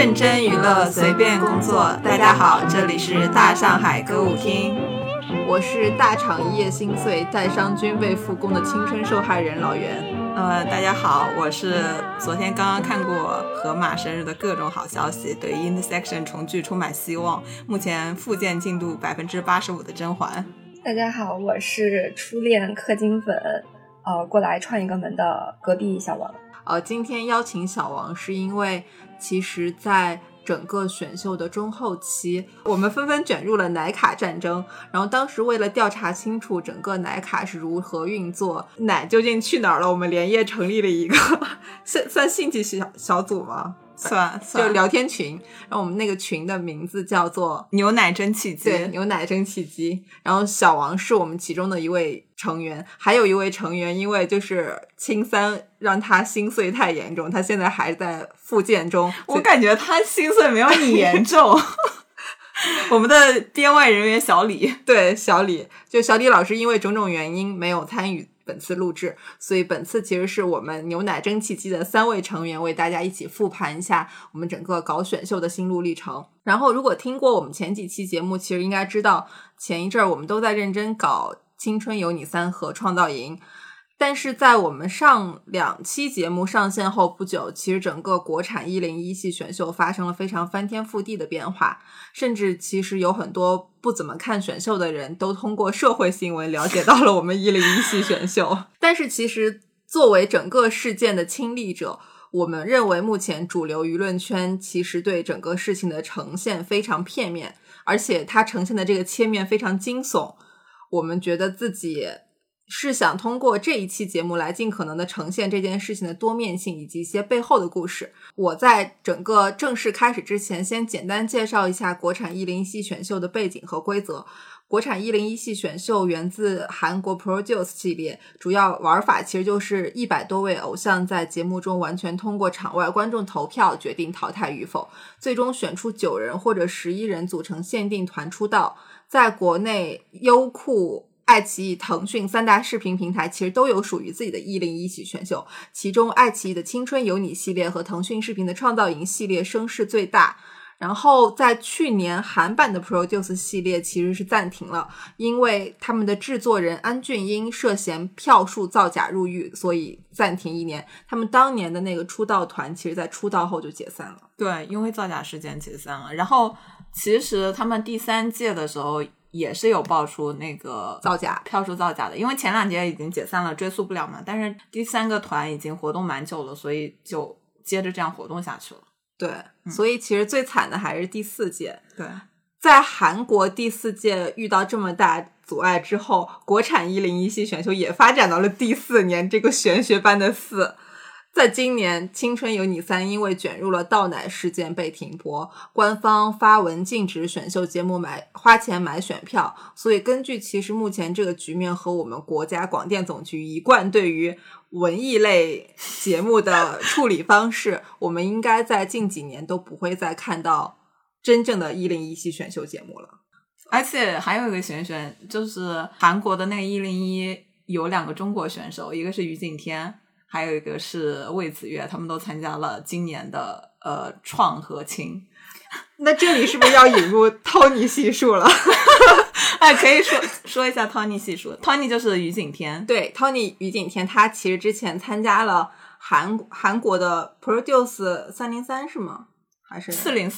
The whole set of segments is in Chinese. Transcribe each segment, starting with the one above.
认真娱乐，随便工作。大家好，这里是大上海歌舞厅， 我是大厂一夜心碎，在商君未复工的青春受害人老袁。 大家好，我是昨天刚刚看过河马生日的各种好消息，对 Intersection 重聚充满希望，目前复健进度 85% 的甄嬛。 大家好，我是初恋氪金粉过来串一个门的隔壁小王。 今天邀请小王是因为其实在整个选秀的中后期，我们纷纷卷入了奶卡战争，然后当时为了调查清楚整个奶卡是如何运作，奶究竟去哪儿了，我们连夜成立了一个算兴趣小组吗？ 算就聊天群，然后我们那个群的名字叫做牛奶蒸汽机。 对，牛奶蒸汽机。然后小王是我们其中的一位成员，还有一位成员因为就是青三让他心碎太严重，他现在还在复健中。 我感觉他心碎没有你严重我们的编外人员小李， 对，小李老师因为种种原因没有参与本次录制，所以本次其实是我们牛奶蒸汽机的3位成员为大家一起复盘一下我们整个搞选秀的心路历程。然后如果听过我们前几期节目，其实应该知道前一阵我们都在认真搞青春有你3和创造营，但是在我们上2期节目上线后不久，其实整个国产101系选秀发生了非常翻天覆地的变化，甚至其实有很多不怎么看选秀的人都通过社会新闻了解到了我们101系选秀。但是其实作为整个事件的亲历者，我们认为目前主流舆论圈其实对整个事情的呈现非常片面，而且它呈现的这个切面非常惊悚。我们觉得自己是想通过这一期节目来尽可能的呈现这件事情的多面性以及一些背后的故事。我在整个正式开始之前，先简单介绍一下国产101系选秀的背景和规则。国产101系选秀源自韩国 Produce 系列，主要玩法其实就是100多位偶像在节目中完全通过场外观众投票决定淘汰与否，最终选出9人或者11人组成限定团出道。在国内优酷、爱奇艺、腾讯3大视频平台其实都有属于自己的101系选秀，其中爱奇艺的青春有你系列和腾讯视频的创造营系列声势最大。然后在去年韩版的 Produce 系列其实是暂停了，因为他们的制作人安俊英涉嫌票数造假入狱，所以暂停1年。他们当年的那个出道团其实在出道后就解散了。 对，因为造假事件解散了。然后其实他们第3届的时候也是有爆出那个造假票数造假的，因为前2届已经解散了，追溯不了嘛，但是第3个团已经活动蛮久了，所以就接着这样活动下去了。 对，所以其实最惨的还是第4届。 对， 在韩国第4届遇到这么大阻碍之后，国产101系选秀也发展到了第4年，这个玄学般的4。在今年青春有你3因为卷入了倒奶事件被停播，官方发文禁止选秀节目花钱买选票，所以根据其实目前这个局面和我们国家广电总局一贯对于文艺类节目的处理方式，我们应该在近几年都不会再看到真正的101系选秀节目了。 而且还有一个玄学，就是韩国的那个101有2个中国选手，一个是于景天，还有一个是魏子越，他们都参加了今年的创和青。 那这里是不是要引入 Tony 系数了？ 哎，可以说一下 Tony 系数。Tony 就是于景天。 对， Tony 于景天他其实之前参加了韩国的 Produce 303是吗？还是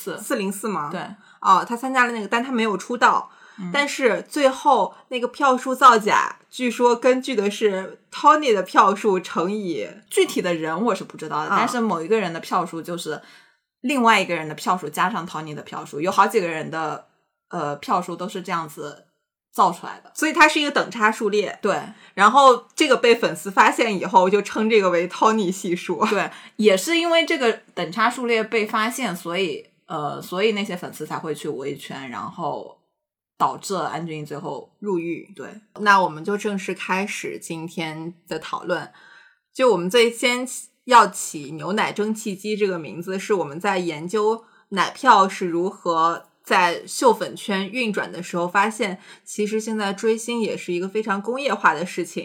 404吗？ 对， 他参加了那个，但他没有出道。但是最后那个票数造假，据说根据的是 Tony 的票数乘以具体的人我是不知道的，但是某一个人的票数就是另外一个人的票数加上 Tony 的票数，有好几个人的票数都是这样子造出来的， 所以它是一个等差数列。 对， 然后这个被粉丝发现以后就称这个为 Tony 系数。 对，也是因为这个等差数列被发现，所以那些粉丝才会去维权，然后导致了安俊英最后入狱。对， 那我们就正式开始今天的讨论。就我们最先要起牛奶蒸汽机这个名字，是我们在研究奶票是如何在秀粉圈运转的时候发现，其实现在追星也是一个非常工业化的事情。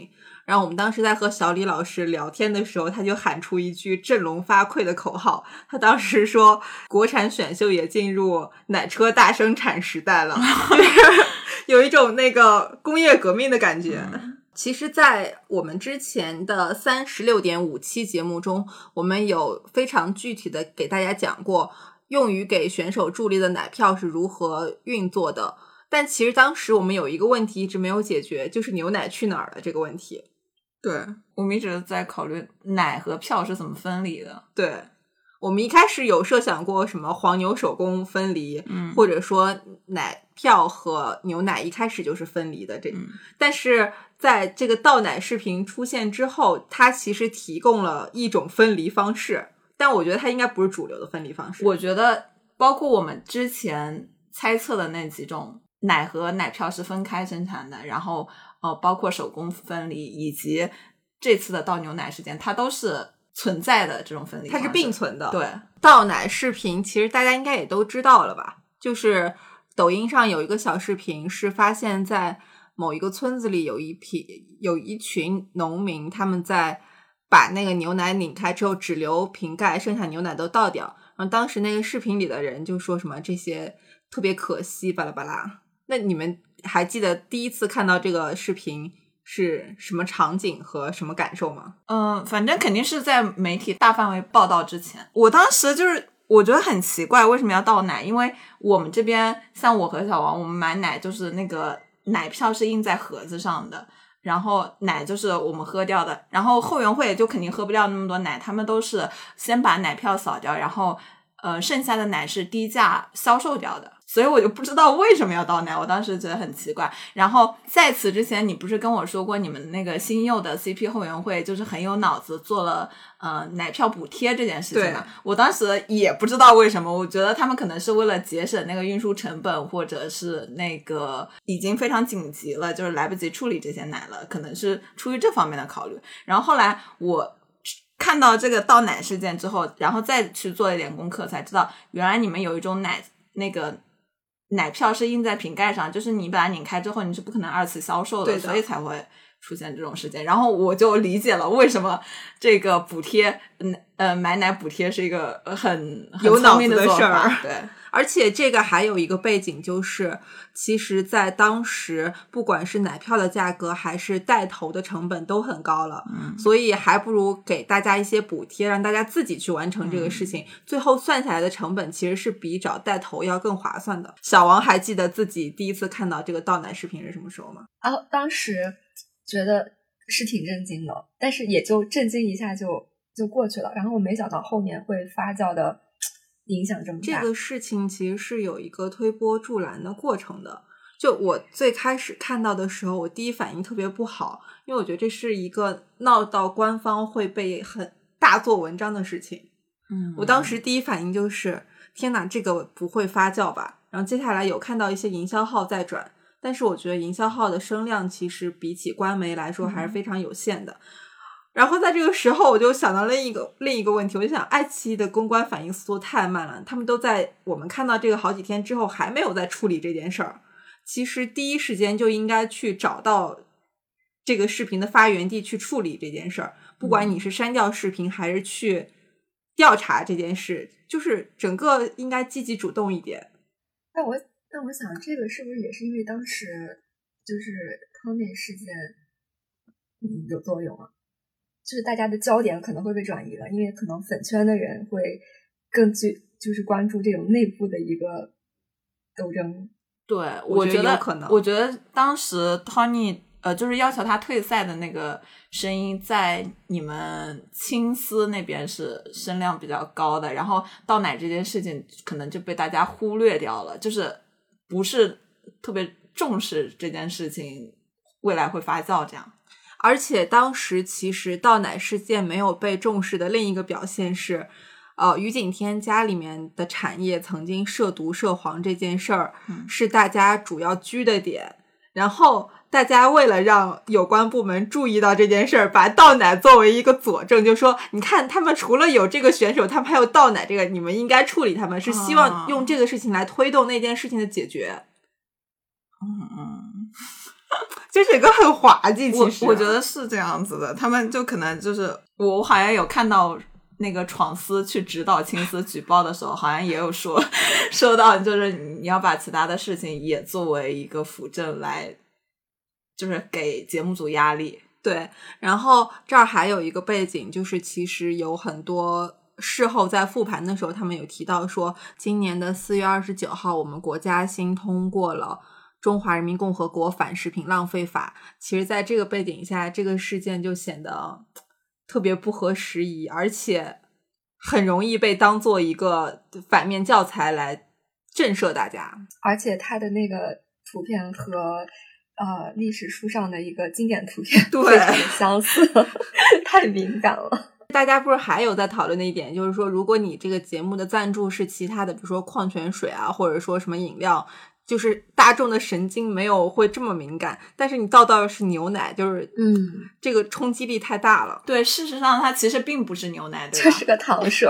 然后我们当时在和小李老师聊天的时候，他就喊出一句振聋发聩的口号，他当时说国产选秀也进入奶车大生产时代了有一种那个工业革命的感觉。其实在我们之前的36.5期节目中，我们有非常具体的给大家讲过用于给选手助力的奶票是如何运作的，但其实当时我们有一个问题一直没有解决，就是牛奶去哪儿了这个问题。 对，我们一直在考虑奶和票是怎么分离的。 对，我们一开始有设想过什么黄牛手工分离，或者说奶票和牛奶一开始就是分离的但是在这个倒奶视频出现之后，它其实提供了一种分离方式，但我觉得它应该不是主流的分离方式。 我觉得包括我们之前猜测的那几种奶和奶票是分开生产的，然后包括手工分离以及这次的倒牛奶事件，它都是存在的这种分离方式， 它是并存的。 对， 倒奶视频其实大家应该也都知道了吧，就是抖音上有一个小视频是发现在某一个村子里有一群农民，他们在把那个牛奶拧开之后只留瓶盖，剩下牛奶都倒掉，然后当时那个视频里的人就说什么这些特别可惜巴拉巴拉。那你们还记得第一次看到这个视频是什么场景和什么感受吗？ 反正肯定是在媒体大范围报道之前。我当时就是我觉得很奇怪为什么要倒奶，因为我们这边像我和小王我们买奶就是那个奶票是印在盒子上的，然后奶就是我们喝掉的，然后后援会就肯定喝不掉那么多奶，他们都是先把奶票扫掉，然后剩下的奶是低价销售掉的，所以我就不知道为什么要倒奶，我当时觉得很奇怪。然后在此之前你不是跟我说过你们那个新幼的 CP 后援会就是很有脑子做了奶票补贴这件事情嘛？我当时也不知道为什么，我觉得他们可能是为了节省那个运输成本，或者是那个已经非常紧急了，就是来不及处理这些奶了，可能是出于这方面的考虑。然后后来我看到这个倒奶事件之后，然后再去做一点功课，才知道原来你们有一种那个奶票是印在瓶盖上，就是你把它拧开之后你是不可能二次销售的，所以才会出现这种事件。然后我就理解了为什么这个补贴买奶补贴是一个很有脑子的事儿。 对， 而且这个还有一个背景，就是其实在当时不管是奶票的价格还是带头的成本都很高了，所以还不如给大家一些补贴，让大家自己去完成这个事情，最后算下来的成本其实是比找带头要更划算的。小王还记得自己第一次看到这个倒奶视频是什么时候吗？ 当时觉得是挺震惊的，但是也就震惊一下就过去了，然后我没想到后面会发酵的影响这么大。 这个事情其实是有一个推波助澜的过程的。就我最开始看到的时候，我第一反应特别不好，因为我觉得这是一个闹到官方会被很大做文章的事情。我当时第一反应就是天哪，这个不会发酵吧。然后接下来有看到一些营销号在转，但是我觉得营销号的声量其实比起官媒来说还是非常有限的。然后在这个时候我就想到另一个问题，我就想爱奇艺的公关反应速度太慢了，他们都在我们看到这个好几天之后还没有在处理这件事儿。其实第一时间就应该去找到这个视频的发源地去处理这件事儿，不管你是删掉视频还是去调查这件事，就是整个应该积极主动一点。 但我想这个是不是也是因为当时就是康内事件有作用啊？就是大家的焦点可能会被转移了，因为可能粉圈的人会更就是关注这种内部的一个斗争。 对， 我觉得有可能。 我觉得当时 Tony 就是要求他退赛的那个声音在你们青丝那边是声量比较高的，然后倒奶这件事情可能就被大家忽略掉了，就是不是特别重视这件事情未来会发酵这样。 而且当时其实倒奶事件没有被重视的另一个表现是于景天家里面的产业曾经涉毒涉黄这件事儿是大家主要居的点，然后大家为了让有关部门注意到这件事儿，把倒奶作为一个佐证，就说你看他们除了有这个选手，他们还有倒奶这个，你们应该处理他们，是希望用这个事情来推动那件事情的解决。 就整个很滑稽。其实我觉得是这样子的，他们就可能就是我好像有看到那个闯司去指导青司举报的时候，好像也有说到，就是你要把其他的事情也作为一个辅证来，就是给节目组压力。 对，然后这儿还有一个背景，就是其实有很多事后在复盘的时候，他们有提到说，今年的4月29号，我们国家新通过了中华人民共和国反食品浪费法。其实在这个背景下，这个事件就显得特别不合时宜，而且很容易被当做一个反面教材来震慑大家。 而且它的那个图片和历史书上的一个经典图片对非常的相似，太敏感了。 大家不是还有在讨论的一点，就是说如果你这个节目的赞助是其他的，比如说矿泉水啊，或者说什么饮料，就是大众的神经没有会这么敏感，但是你倒的是牛奶，就是这个冲击力太大了。 对，事实上它其实并不是牛奶，对吧？ 这是个糖水。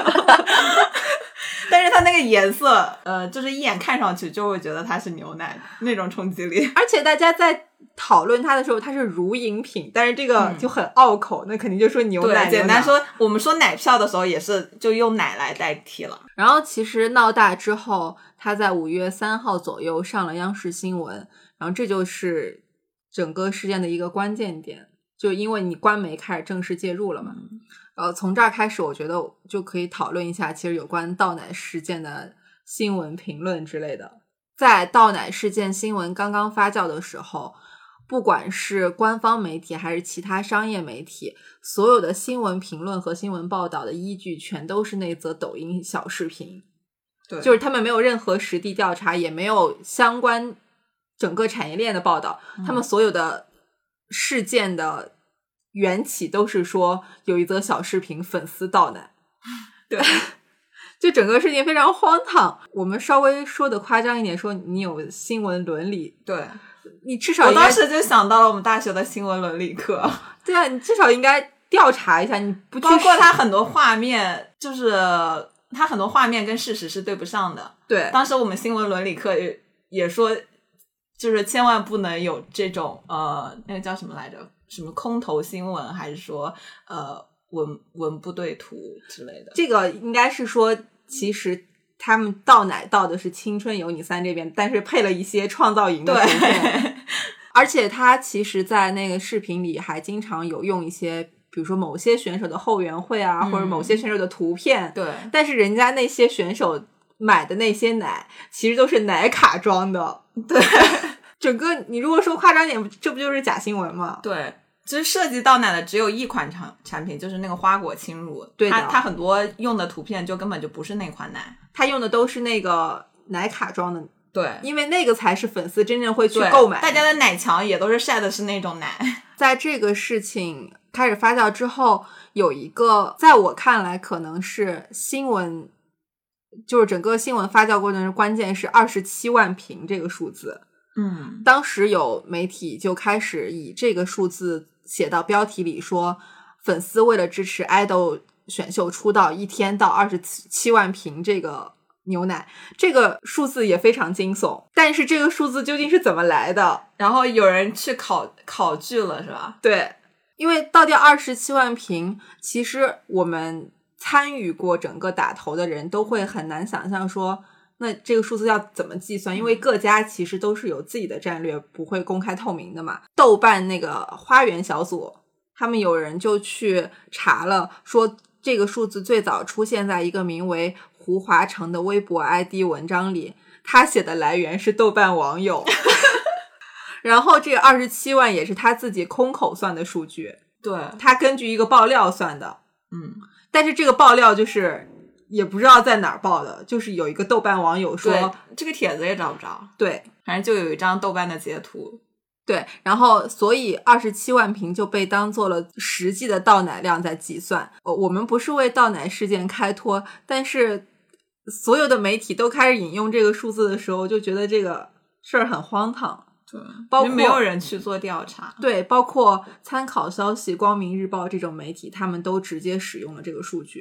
但是它那个颜色就是一眼看上去就会觉得它是牛奶，那种冲击力。 而且大家在讨论它的时候，它是乳饮品，但是这个就很拗口，那肯定就说牛奶。 对，简单说，我们说奶票的时候也是就用奶来代替了。 然后其实闹大之后，他在5月3号左右上了央视新闻，然后这就是整个事件的一个关键点，就因为你官媒开始正式介入了嘛。从这儿开始，我觉得就可以讨论一下其实有关倒奶事件的新闻评论之类的。在倒奶事件新闻刚刚发酵的时候，不管是官方媒体还是其他商业媒体，所有的新闻评论和新闻报道的依据全都是那则抖音小视频。 对， 就是他们没有任何实地调查，也没有相关整个产业链的报道，他们所有的事件的缘起都是说有一则小视频粉丝倒奶。 对， 就整个事情非常荒唐。我们稍微说的夸张一点，说你有新闻伦理， 对， 你至少我当时就想到了我们大学的新闻伦理课。 对啊，你至少应该调查一下，你不去包括它很多画面，就是它很多画面跟事实是对不上的。 对， 当时我们新闻伦理课也说，就是千万不能有这种那个叫什么来着，什么空头新闻，还是说文不对图之类的。 这个应该是说，其实他们倒奶倒的是青春有你3这边，但是配了一些创造营的图片。而且他其实在那个视频里还经常有用一些比如说某些选手的后援会啊，或者某些选手的图片。 对， 但是人家那些选手买的那些奶其实都是奶卡装的。 对， 整个你如果说夸张点，这不就是假新闻吗？ 对，其实涉及倒奶的只有一款产品，就是那个花果轻乳。 对的， 它很多用的图片就根本就不是那款奶， 它用的都是那个奶卡装的。 对， 因为那个才是粉丝真正会去购买。 大家的奶墙也都是晒的是那种奶。 在这个事情开始发酵之后，有一个在我看来可能是新闻，就是整个新闻发酵过程中关键是27万评这个数字。当时有媒体就开始以这个数字写到标题里，说粉丝为了支持爱豆选秀出道，一天到27万瓶这个牛奶。这个数字也非常惊悚，但是这个数字究竟是怎么来的？ 然后有人去考据了，是吧？ 对，因为倒掉27万瓶，其实我们参与过整个打头的人都会很难想象说那这个数字要怎么计算，因为各家其实都是有自己的战略，不会公开透明的嘛。豆瓣那个花园小组，他们有人就去查了，说这个数字最早出现在一个名为胡华成的微博 ID 文章里，他写的来源是豆瓣网友。然后这个27万也是他自己空口算的数据， 对， 他根据一个爆料算的。但是这个爆料就是也不知道在哪儿报的，就是有一个豆瓣网友说， 这个帖子也找不着。 对， 反正就有一张豆瓣的截图。 对，然后所以27万瓶就被当做了实际的倒奶量在计算。我们不是为倒奶事件开脱，但是所有的媒体都开始引用这个数字的时候，就觉得这个事儿很荒唐。 对， 包括没有人去做调查。 对，包括参考消息、光明日报这种媒体，他们都直接使用了这个数据。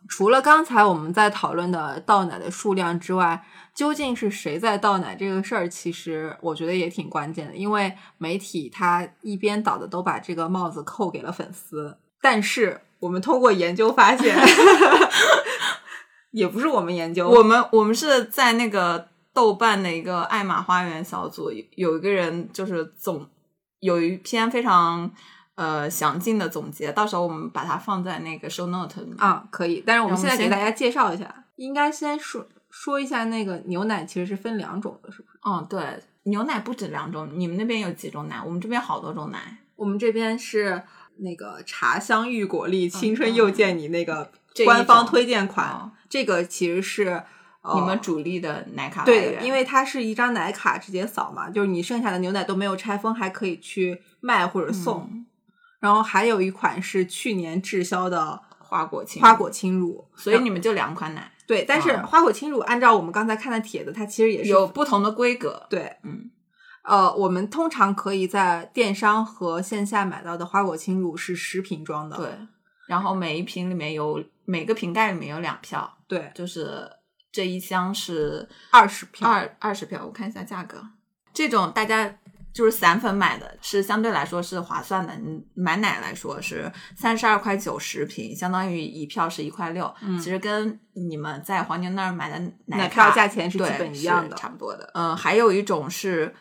除了刚才我们在讨论的倒奶的数量之外，究竟是谁在倒奶这个事儿，其实我觉得也挺关键的，因为媒体它一边倒的都把这个帽子扣给了粉丝，但是我们通过研究发现也不是我们研究， 我们是在那个豆瓣的一个爱玛花园小组，有一个人就是有一篇非常详尽的总结，到时候我们把它放在那个 show note 里面啊，可以。但是我们现在给大家介绍一下，应该先说一下那个牛奶其实是分2种的，是不是？ 嗯，对，牛奶不止2种，你们那边有几种奶？我们这边好多种奶。 我们这边是那个茶香玉果粒青春又见你那个官方推荐款，这个其实是你们主力的奶卡来源。 对，因为它是一张奶卡直接扫嘛，就是你剩下的牛奶都没有拆封，还可以去卖或者送。然后还有一款是去年滞销的花果轻乳， 所以你们就2款奶。 对，但是花果轻乳按照我们刚才看的帖子，它其实也是有不同的规格。 对，我们通常可以在电商和线下买到的花果轻乳是10瓶装的。 对，然后每个瓶盖里面有2票。 对， 就是这一箱是 20票 ，20票。我看一下价格，这种大家就是散粉买的是相对来说是划算的，你买奶来说是32.90块瓶，相当于1票是1.6块。其实跟你们在黄牛那儿买的奶票价钱是基本一样的， 差不多的。还有一种是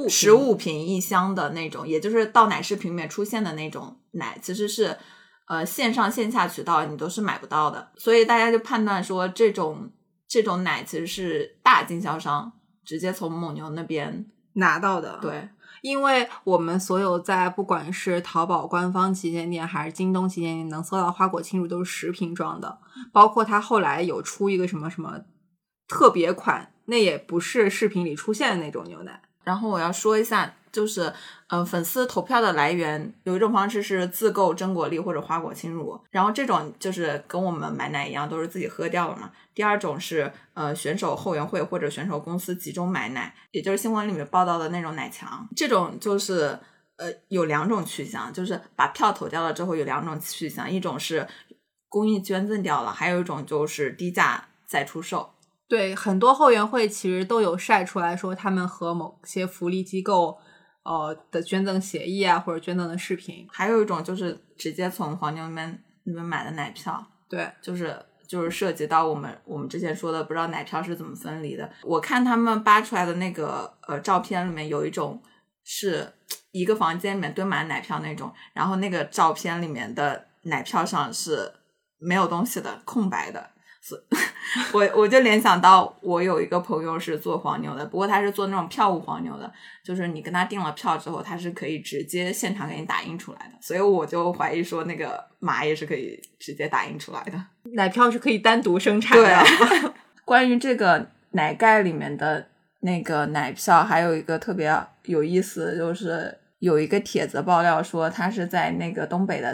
15瓶一箱的那种，也就是倒奶视频里面出现的那种奶，其实是线上线下渠道你都是买不到的，所以大家就判断说这种奶其实是大经销商直接从蒙牛那边拿到的。 对， 因为我们所有在不管是淘宝官方旗舰店还是京东旗舰店能搜到花果轻乳都是10瓶装的，包括它后来有出一个什么什么特别款，那也不是视频里出现的那种牛奶。 然后我要说一下，就是粉丝投票的来源有一种方式是自购真果粒或者花果轻乳，然后这种就是跟我们买奶一样都是自己喝掉了嘛。第2种是选手后援会或者选手公司集中买奶，也就是新闻里面报道的那种奶墙。这种就是有2种去向，就是把票投掉了之后有2种去向，一种是公益捐赠掉了，还有一种就是低价再出售。 对，很多后援会其实都有晒出来说他们和某些福利机构的捐赠协议啊，或者捐赠的视频。 还有一种就是直接从黄牛那边买的奶票。 对， 就是涉及到我们之前说的不知道奶票是怎么分离的。我看他们扒出来的那个照片里面有一种是一个房间里面堆满奶票那种，然后那个照片里面的奶票上是没有东西的，空白的。我就联想到我有一个朋友是做黄牛的，不过他是做那种票务黄牛的，就是你跟他订了票之后他是可以直接现场给你打印出来的，所以我就怀疑说那个码也是可以直接打印出来的， 奶票是可以单独生产的。 对关于这个奶盖里面的那个奶票还有一个特别有意思，就是有一个帖子爆料说他是在那个东北的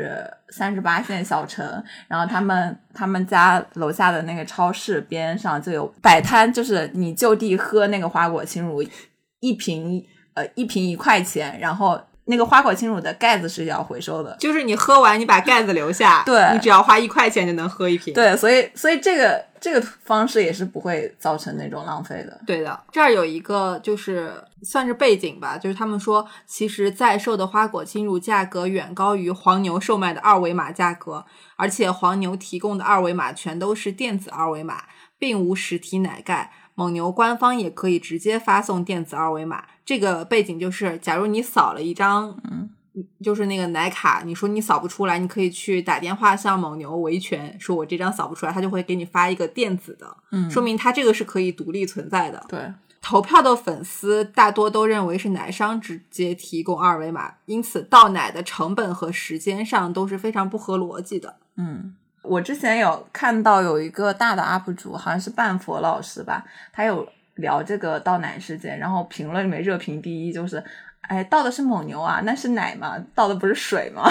38线小城，然后他们家楼下的那个超市边上就有摆摊，就是你就地喝那个花果轻乳，一瓶1块钱，然后那个花果轻乳的盖子是要回收的， 就是你喝完你把盖子留下， 对， 你只要花1块钱就能喝1瓶。 对，所以这个方式也是不会造成那种浪费的。 对的，这儿有一个就是算是背景吧，就是他们说其实在售的花果轻乳价格远高于黄牛售卖的2维码价格，而且黄牛提供的2维码全都是电子2维码，并无实体奶盖，蒙牛官方也可以直接发送电子2维码。这个背景就是假如你扫了一张就是那个奶卡，你说你扫不出来，你可以去打电话向蒙牛维权，说我这张扫不出来，他就会给你发一个电子的，说明他这个是可以独立存在的。 对， 投票的粉丝大多都认为是奶商直接提供2维码，因此倒奶的成本和时间上都是非常不合逻辑的。 我之前有看到有一个大的 UP 主，好像是半佛老师吧，他有聊这个倒奶事件，然后评论里面热评第一就是倒的是蒙牛啊，那是奶吗？倒的不是水吗？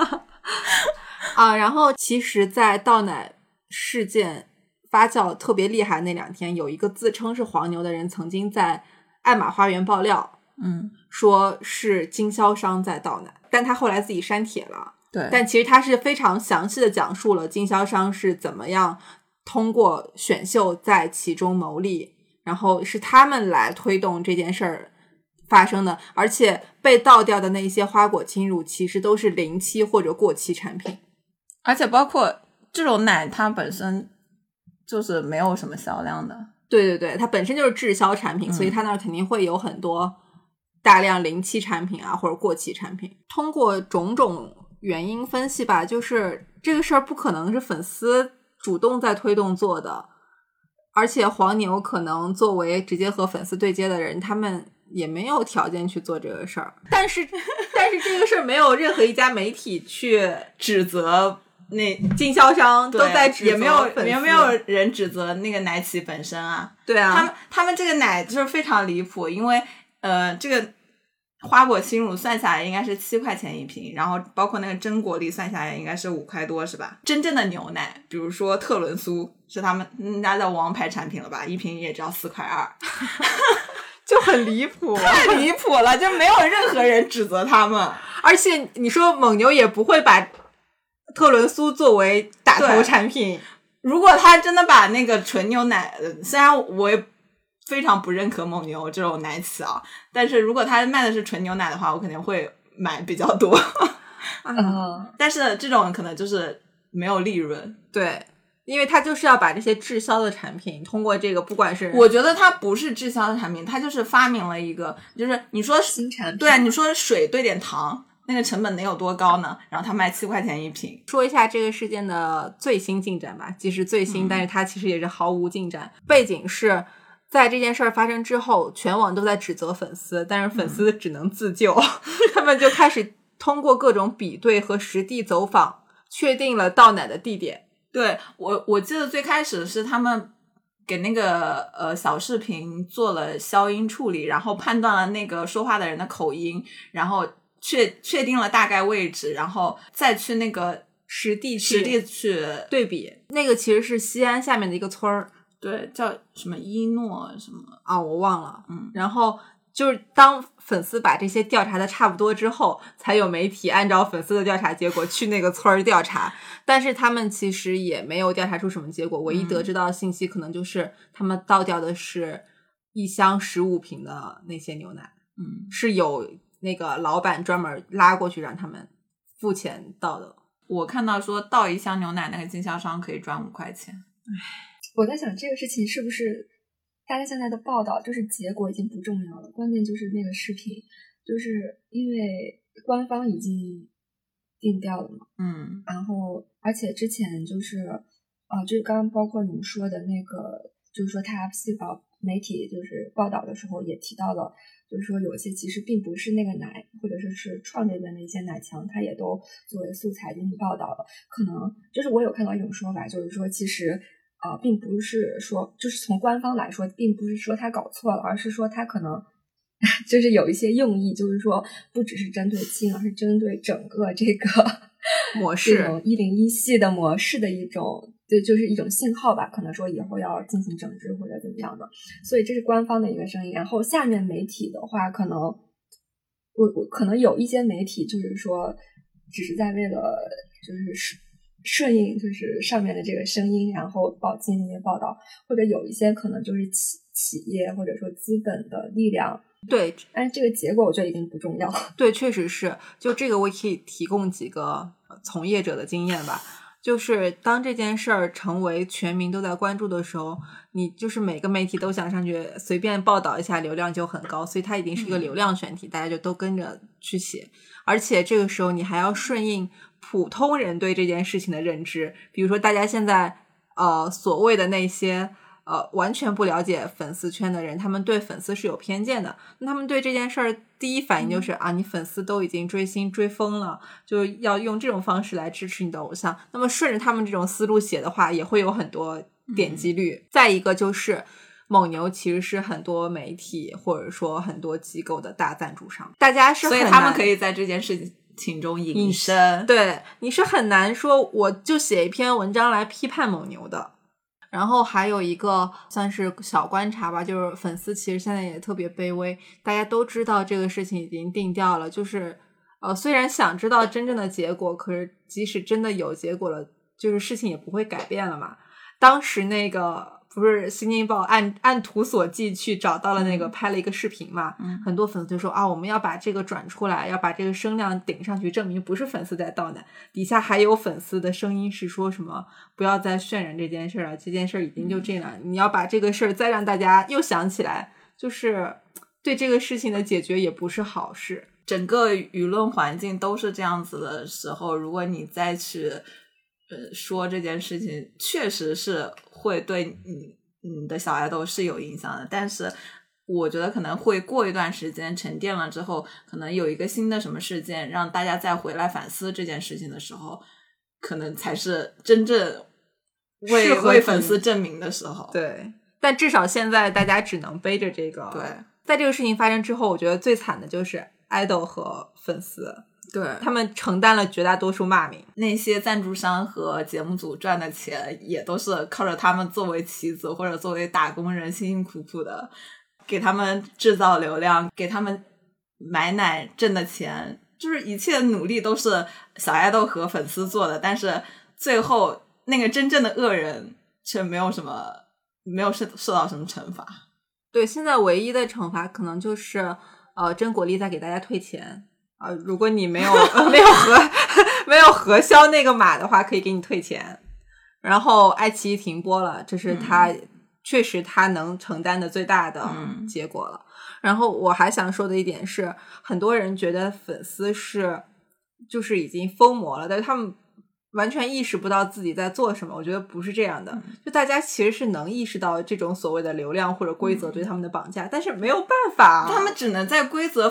然后其实在倒奶事件发酵特别厉害那2天，有一个自称是黄牛的人曾经在爱玛花园爆料，说是经销商在倒奶，但他后来自己删帖了。 对， 但其实它是非常详细的讲述了经销商是怎么样通过选秀在其中牟利，然后是他们来推动这件事儿发生的，而且被倒掉的那些花果轻乳其实都是临期或者过期产品， 而且包括这种奶它本身就是没有什么销量的。 对对对，它本身就是滞销产品，所以它那儿肯定会有很多大量临期产品啊或者过期产品。通过种种原因分析吧，就是这个事儿不可能是粉丝主动在推动做的，而且黄牛可能作为直接和粉丝对接的人，他们也没有条件去做这个事儿。但是这个事儿没有任何一家媒体去指责那经销商，都在指责也没有粉丝， 也没有人指责那个奶企本身啊。 对啊， 他们这个奶就是非常离谱，因为这个花果轻乳算下来应该是7块钱一瓶，然后包括那个真果粒算下来应该是5块多，是吧？真正的牛奶，比如说特仑苏是他们家的王牌产品了吧，一瓶也只要4块2， 就很离谱， 太离谱了，就没有任何人指责他们。 而且你说蒙牛也不会把特仑苏作为打头产品。 如果他真的把那个纯牛奶，虽然我也非常不认可蒙牛这种奶企啊，但是如果他卖的是纯牛奶的话，我肯定会买比较多。但是这种可能就是没有利润。 对，因为他就是要把这些滞销的产品通过这个，不管是我觉得它不是滞销的产品，它就是发明了一个，就是你说新产品， 对，你说水兑点糖，那个成本能有多高呢？然后他卖7块钱一瓶。 说一下这个事件的最新进展吧，即使最新，但是它其实也是毫无进展。背景是在这件事儿发生之后，全网都在指责粉丝，但是粉丝只能自救，他们就开始通过各种比对和实地走访，确定了倒奶的地点。 对，我记得最开始是他们给那个小视频做了消音处理，然后判断了那个说话的人的口音，然后确定了大概位置，然后再去那个实地去对比。那个其实是西安下面的一个村儿， 对，叫什么伊诺什么啊，我忘了。然后就是当粉丝把这些调查的差不多之后，才有媒体按照粉丝的调查结果去那个村儿调查，但是他们其实也没有调查出什么结果，唯一得知到的信息可能就是他们倒掉的是1箱15瓶的那些牛奶，是有那个老板专门拉过去让他们付钱倒的。 我看到说倒1箱牛奶那个经销商可以赚5块钱。 我在想这个事情是不是大家现在的报道就是结果已经不重要了，关键就是那个视频，就是因为官方已经定掉了嘛，然后而且之前就是就是刚刚包括你们说的那个，就是说他媒体就是报道的时候也提到了，就是说有一些其实并不是那个奶，或者是创这边的一些奶强，他也都作为素材进行报道了。可能就是我有看到一种说法，就是说其实并不是说，就是从官方来说，并不是说他搞错了，而是说他可能就是有一些用意，就是说不只是针对氢，而是针对整个这个模式， 这种101系的模式的一种，对，就是一种信号吧，可能说以后要进行整治或者怎么样的，所以这是官方的一个声音。然后下面媒体的话，可能我可能有一些媒体就是说只是在为了就是顺应就是上面的这个声音，然后进行一些报道，或者有一些可能就是企业或者说资本的力量。 对， 但是这个结果我觉得已经不重要。 对，确实是。就这个我可以提供几个从业者的经验吧。就是当这件事儿成为全民都在关注的时候，你就是每个媒体都想上去随便报道一下，流量就很高，所以它已经是一个流量选题，大家就都跟着去写。而且这个时候你还要顺应普通人对这件事情的认知，比如说大家现在所谓的那些完全不了解粉丝圈的人，他们对粉丝是有偏见的，那他们对这件事儿第一反应就是你粉丝都已经追星追疯了，就要用这种方式来支持你的偶像，那么顺着他们这种思路写的话也会有很多点击率。再一个就是蒙牛其实是很多媒体或者说很多机构的大赞助商，大家是很难， 所以他们可以在这件事情中隐身。 对，你是很难说我就写一篇文章来批判蒙牛的。然后还有一个算是小观察吧，就是粉丝其实现在也特别卑微，大家都知道这个事情已经定掉了，就是虽然想知道真正的结果，可是即使真的有结果了，就是事情也不会改变了嘛。当时那个不是新京报按图索骥去找到了那个拍了一个视频嘛，很多粉丝就说啊，我们要把这个转出来，要把这个声量顶上去，证明不是粉丝在盗难。底下还有粉丝的声音是说什么不要再渲染这件事了，这件事已经就这样，你要把这个事儿再让大家又想起来，就是对这个事情的解决也不是好事。 整个舆论环境都是这样子的时候，如果你再去说这件事情，确实是会对你的小爱豆是有影响的，但是我觉得可能会过一段时间沉淀了之后，可能有一个新的什么事件让大家再回来反思这件事情的时候，可能才是真正为粉丝证明的时候。 对，但至少现在大家只能背着这个。 对， 在这个事情发生之后，我觉得最惨的就是idol和粉丝， 对， 他们承担了绝大多数骂名。 那些赞助商和节目组赚的钱也都是靠着他们作为棋子或者作为打工人辛辛苦苦的给他们制造流量，给他们买奶挣的钱，就是一切努力都是小爱豆和粉丝做的，但是最后那个真正的恶人却没有受到什么惩罚。 对，现在唯一的惩罚可能就是真果粒在给大家退钱如果你没有核销那个码的话，可以给你退钱。然后爱奇艺停播了，这是他确实他能承担的最大的结果了。然后我还想说的一点是，很多人觉得粉丝就是已经疯魔了，但是他们完全意识不到自己在做什么。我觉得不是这样的，就大家其实是能意识到这种所谓的流量或者规则对他们的绑架，但是没有办法他们只能是在规则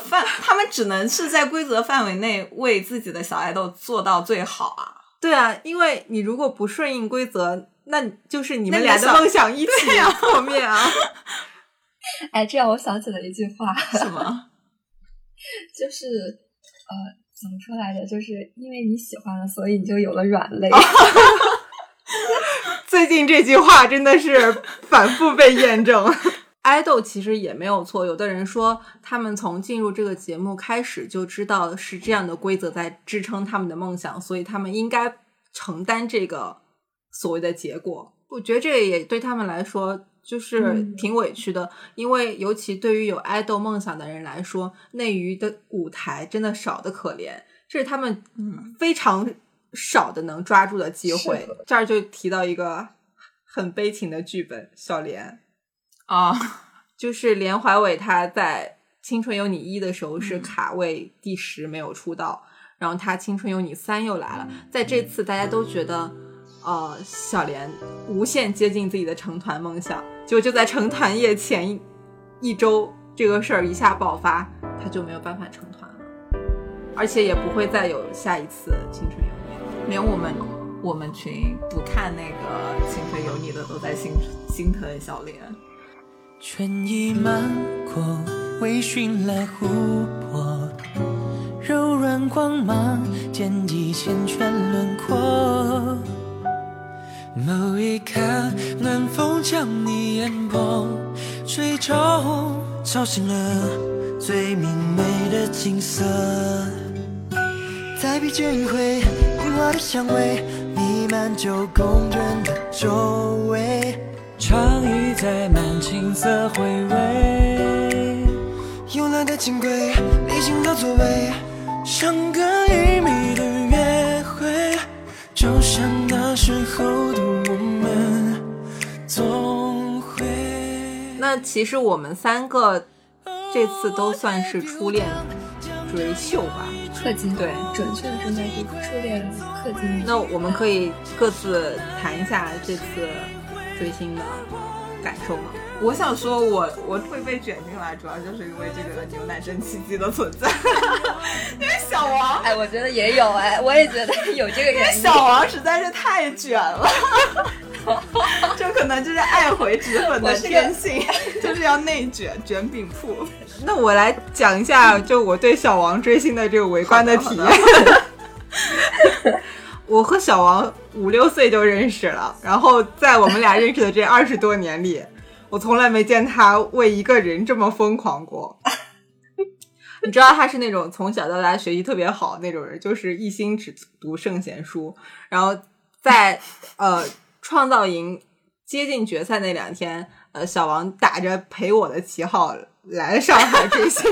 范围内为自己的小爱豆做到最好啊。 对啊，因为你如果不顺应规则，那就是你们俩的梦想一起破灭啊。 哎，这让我想起了一句话。 什么？ 就是怎么说来着？就是因为你喜欢了，所以你就有了软肋。 最近这句话真的是反复被验证。爱豆其实也没有错，有的人说他们从进入这个节目开始就知道是这样的规则在支撑他们的梦想，所以他们应该承担这个所谓的结果。我觉得这个也对他们来说就是挺委屈的，因为尤其对于有爱豆梦想的人来说，内娱的舞台真的少得可怜，这是他们非常少的能抓住的机会。这儿就提到一个很悲情的剧本，小莲就是连怀伟他在青春有你1的时候是卡位第10没有出道，然后他青春有你3又来了，在这次大家都觉得小莲无限接近自己的成团梦想，结果就在成团夜前一周这个事儿一下爆发，他就没有办法成团了，而且也不会再有下一次青春有你。 连我们群不看那个青春有你的都在心疼小莲。 春意漫过，微醺了湖泊，柔软光芒剪辑缱绻轮廓。某一刻，暖风将你眼波吹皱，吵醒了最明媚的景色。在疲倦会，樱花的香味弥漫9公分的周围。长椅载满青色回味，慵懒的轻轨，理性的座位，相隔1米的约会，就像那时候的我们总会。 那其实我们3个这次都算是初恋追秀吧， 氪金。 对， 准确的说应该是初恋氪金。 那我们可以各自谈一下这次追星的感受吗？ 我想说我会被卷进来，主要就是因为这个牛奶蒸汽机的存在。因为小王， 哎，我觉得也有，我也觉得有这个原因。 因为小王实在是太卷了，这可能就是爱回脂粉的天性，就是要内卷饼铺。 那我来讲一下，就我对小王追星的这个围观的体验。我和小王5、6岁就认识了，然后在我们俩认识的这20多年里，我从来没见他为一个人这么疯狂过。 你知道他是那种从小到大学习特别好那种人，就是一心只读圣贤书。然后在创造营接近决赛那2天，小王打着陪我的旗号来了上海追星。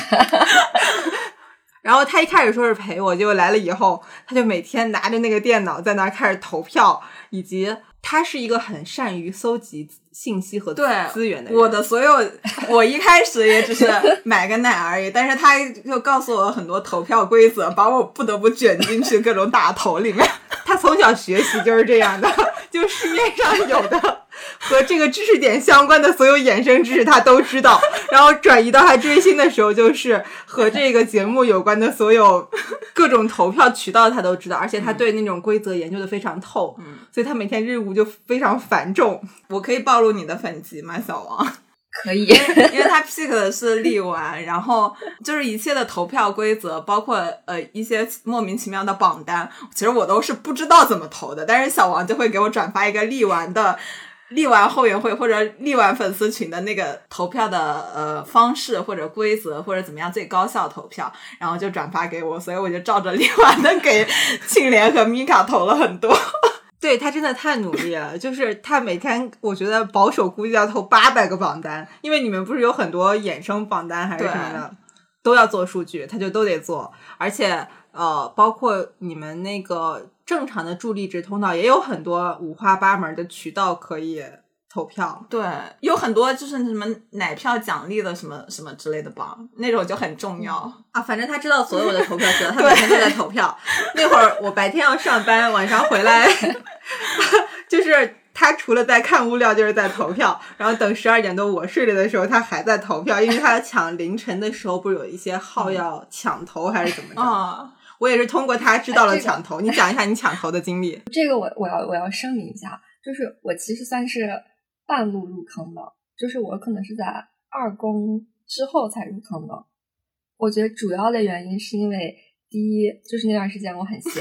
然后他一开始说是陪我，结果来了以后，他就每天拿着那个电脑在那儿开始投票，以及他是一个很善于搜集信息和资源的人。 我的所有，我一开始也只是买个奶而已，但是他就告诉我很多投票规则，把我不得不卷进去各种打头里面。 他从小学习就是这样的，就市面上有的和这个知识点相关的所有衍生知识他都知道，然后转移到他追星的时候，就是和这个节目有关的所有各种投票渠道他都知道，而且他对那种规则研究的非常透，所以他每天任务就非常繁重。 我可以暴露你的粉籍吗，小王？ 可以， 因为他 pick 的是力丸，然后就是一切的投票规则，包括一些莫名其妙的榜单，其实我都是不知道怎么投的，但是小王就会给我转发一个力丸后援会或者力丸粉丝群的那个投票的方式或者规则或者怎么样最高效投票，然后就转发给我，所以我就照着力丸的给庆怜和米卡投了很多。 对，他真的太努力了，就是他每天我觉得保守估计要投800个榜单，因为你们不是有很多衍生榜单还是什么的都要做数据，他就都得做，而且包括你们那个正常的助力值通道也有很多五花八门的渠道可以投票。 对，有很多就是什么奶票奖励的什么什么之类的榜，那种就很重要啊。反正他知道所有的投票渠道，他每天都在投票。那会儿我白天要上班，晚上回来就是他除了在看物料就是在投票，然后等12点多我睡了的时候他还在投票，因为他抢凌晨的时候不是有一些号要抢投还是怎么着我也是通过他知道了抢投。你讲一下你抢投的经历。 这个我要声明一下，就是我其实算是半路入坑的，就是我可能是在2公之后才入坑的。我觉得主要的原因是因为第一就是那段时间我很闲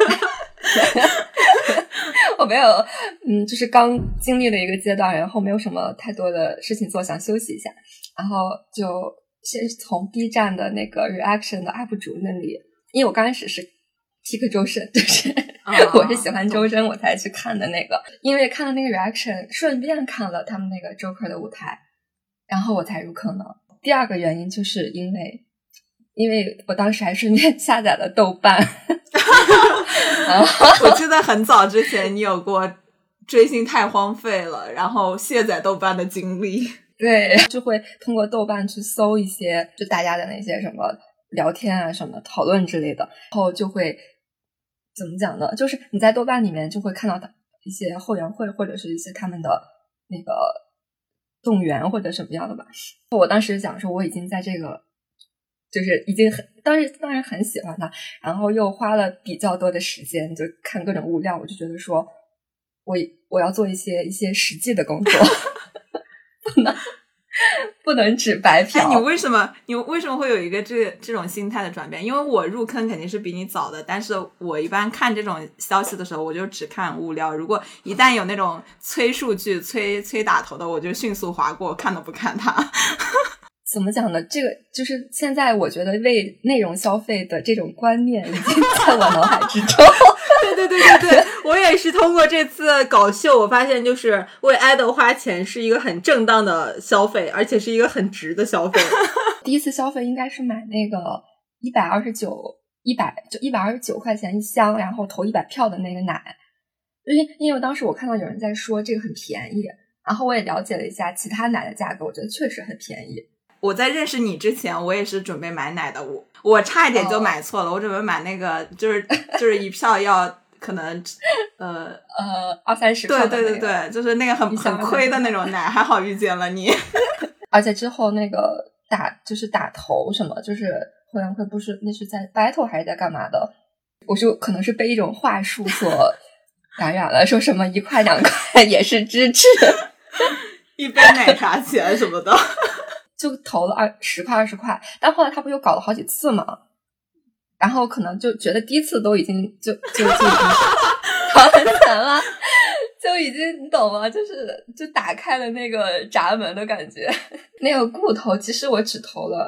我没有就是刚经历了一个阶段，然后没有什么太多的事情做，想休息一下，然后就先从 B 站的那个 reaction 的 UP 主那里，因为我刚开始是 pick 周深，就是我是喜欢周深我才去看的那个，因为看了那个 reaction 顺便看了他们那个 Joker 的舞台，然后我才入坑的。第二个原因就是因为我当时还顺便下载了豆瓣我记得很早之前你有过追星太荒废了然后卸载豆瓣的经历。 对，就会通过豆瓣去搜一些就大家的那些什么聊天啊什么讨论之类的，然后就会怎么讲呢，就是你在豆瓣里面就会看到一些后援会或者是一些他们的那个动员或者什么样的吧。我当时想说我已经在这个就是已经当然很喜欢他，然后又花了比较多的时间就看各种物料，我就觉得说我要做一些实际的工作不能只白嫖。 你为什么会有一个这种心态的转变？因为我入坑肯定是比你早的，但是我一般看这种消息的时候我就只看物料，如果一旦有那种催数据催打头的我就迅速划过，看都不看它怎么讲呢，这个就是现在我觉得为内容消费的这种观念已经在我脑海之中对，我也是通过这次搞秀我发现就是为爱豆花钱是一个很正当的消费，而且是一个很值的消费第一次消费应该是买那个129块钱一箱，然后投100票的那个奶，因为当时我看到有人在说这个很便宜，然后我也了解了一下其他奶的价格，我觉得确实很便宜。 我在认识你之前我也是准备买奶的，我差一点就买错了我准备买那个就是一票要可能 20-30票的那个， 对，就是那个很亏的那种奶还好遇见了你而且之后那个打头什么，就是后援会不是那是在 battle 还是在干嘛的，我就可能是被一种话术所感染了，说什么1块2块也是支持一杯奶茶钱什么的就投了10块20块，但后来他不又搞了好几次嘛，然后可能就觉得第一次都已经就搞很惨了，就已经你懂吗，就打开了那个闸门的感觉那个固投其实我只投了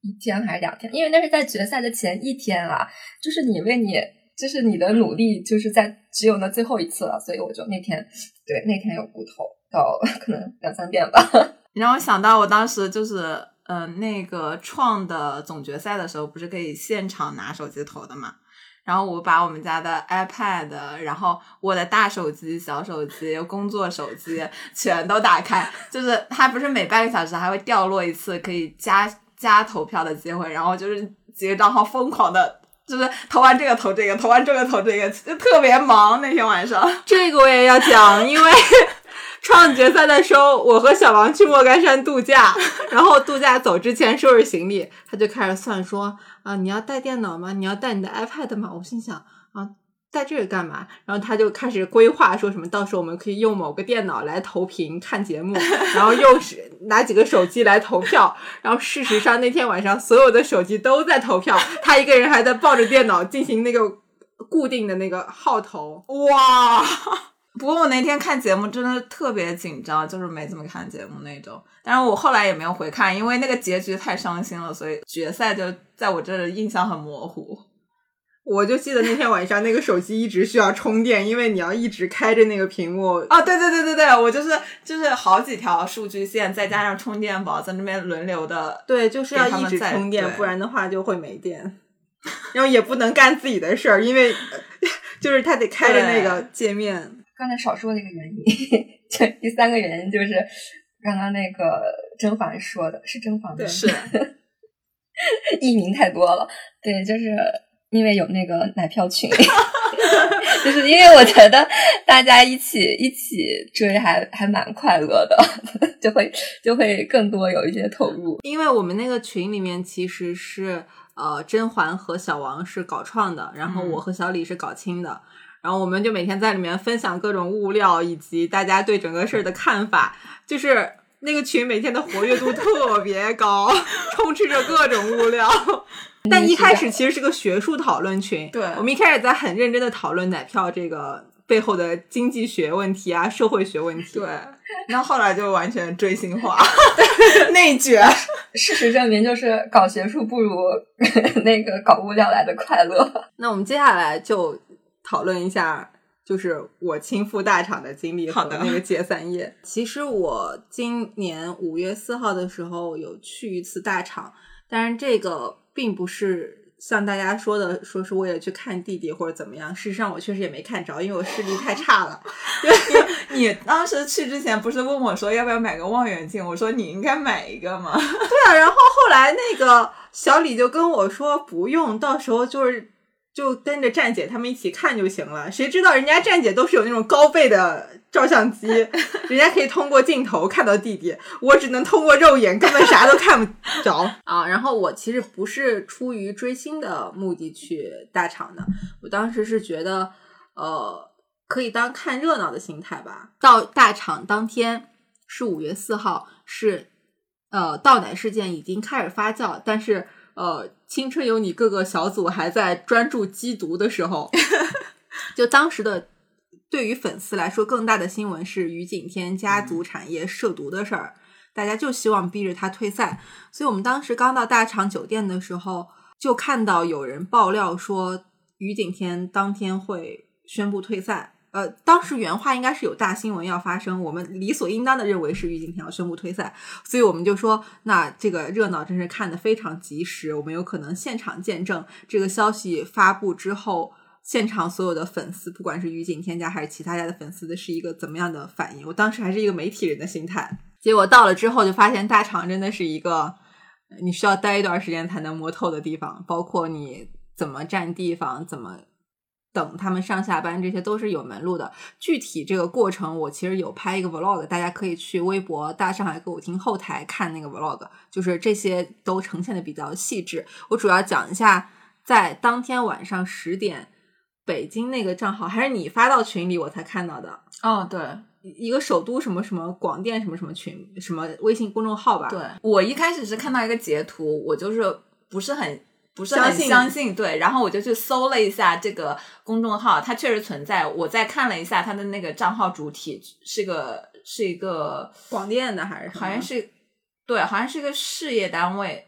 1天还是2天，因为那是在决赛的前1天啊，就是你的努力就是在只有那最后一次了，所以我就那天有骨头到可能2-3遍吧。 你让我想到我当时就是那个创的总决赛的时候，不是可以现场拿手机投的嘛？然后我把我们家的 iPad， 然后我的大手机、小手机、工作手机全都打开，就是它不是每半个小时还会掉落一次可以加投票的机会，然后就是几个账号疯狂的，就是投完这个投这个，投完这个投这个，就特别忙那天晚上。 这个我也要讲，因为创决赛的时候，我和小王去莫干山度假，然后度假走之前收拾行李，他就开始算说你要带电脑吗？你要带你的 iPad 吗？我心想带这个干嘛？然后他就开始规划说什么到时候我们可以用某个电脑来投屏看节目，然后用拿几个手机来投票，然后事实上那天晚上所有的手机都在投票，他一个人还在抱着电脑进行那个固定的那个号投。 哇！不过我那天看节目真的特别紧张，就是没怎么看节目那种。但是我后来也没有回看，因为那个结局太伤心了，所以决赛就在我这印象很模糊。 我就记得那天晚上那个手机一直需要充电，因为你要一直开着那个屏幕。 对，我就是好几条数据线再加上充电宝在那边轮流的。 对，就是要一直充电，不然的话就会没电。然后也不能干自己的事儿，因为就是他得开着那个界面。 刚才少说那个原因，就第3个原因就是刚刚那个甄嬛说的，是甄嬛吗？ 对，是艺名太多了。对，就是因为有那个奶票群，就是因为我觉得大家一起追还蛮快乐的，就会更多有一些投入。 因为我们那个群里面其实是甄嬛和小王是搞创的，然后我和小李是搞清的。然后我们就每天在里面分享各种物料以及大家对整个事儿的看法，就是那个群每天的活跃度特别高，充斥着各种物料。但一开始其实是个学术讨论群， 对， 我们一开始在很认真的讨论奶票这个背后的经济学问题啊、社会学问题。 对，那后来就完全追星化内卷。 事实证明，就是搞学术不如那个搞物料来的快乐。 那我们接下来就讨论一下就是我亲赴大厂的经历和那个解散夜。其实我今年5月4号的时候有去一次大厂，当然这个并不是像大家说的说是为了去看弟弟或者怎么样，事实上我确实也没看着，因为我视力太差了。 你当时去之前不是问我说要不要买个望远镜，我说你应该买一个嘛。 对啊，然后后来那个小李就跟我说不用，到时候就跟着站姐他们一起看就行了。谁知道人家站姐都是有那种高倍的照相机，人家可以通过镜头看到弟弟，我只能通过肉眼根本啥都看不着啊。然后我其实不是出于追星的目的去大厂的，我当时是觉得可以当看热闹的心态吧。到大厂当天是5月4号，是倒奶事件已经开始发酵，但是青春有你各个小组还在专注缉毒的时候，就当时的对于粉丝来说更大的新闻是于景天家族产业涉毒的事儿，大家就希望逼着他退赛。所以我们当时刚到大厂酒店的时候，就看到有人爆料说于景天当天会宣布退赛。当时原话应该是有大新闻要发生，我们理所应当的认为是于景天要宣布退赛，所以我们就说那这个热闹真是看得非常及时，我们有可能现场见证这个消息发布之后现场所有的粉丝，不管是于景天家还是其他家的粉丝的是一个怎么样的反应。我当时还是一个媒体人的心态，结果到了之后就发现大厂真的是一个你需要待一段时间才能摸透的地方，包括你怎么占地方，怎么等他们上下班，这些都是有门路的。具体这个过程我其实有拍一个 vlog， 大家可以去微博大上海歌舞厅后台看那个 vlog， 就是这些都呈现的比较细致。我主要讲一下在当天晚上10点北京那个账号，还是你发到群里我才看到的。 哦，对， 一个首都什么什么广电什么什么群，什么微信公众号吧。 对，我一开始是看到一个截图，我就是不是很相信，对，然后我就去搜了一下这个公众号，它确实存在。我再看了一下它的那个账号主体是一个广电的还是什么？ 好像是对，好像是一个事业单位，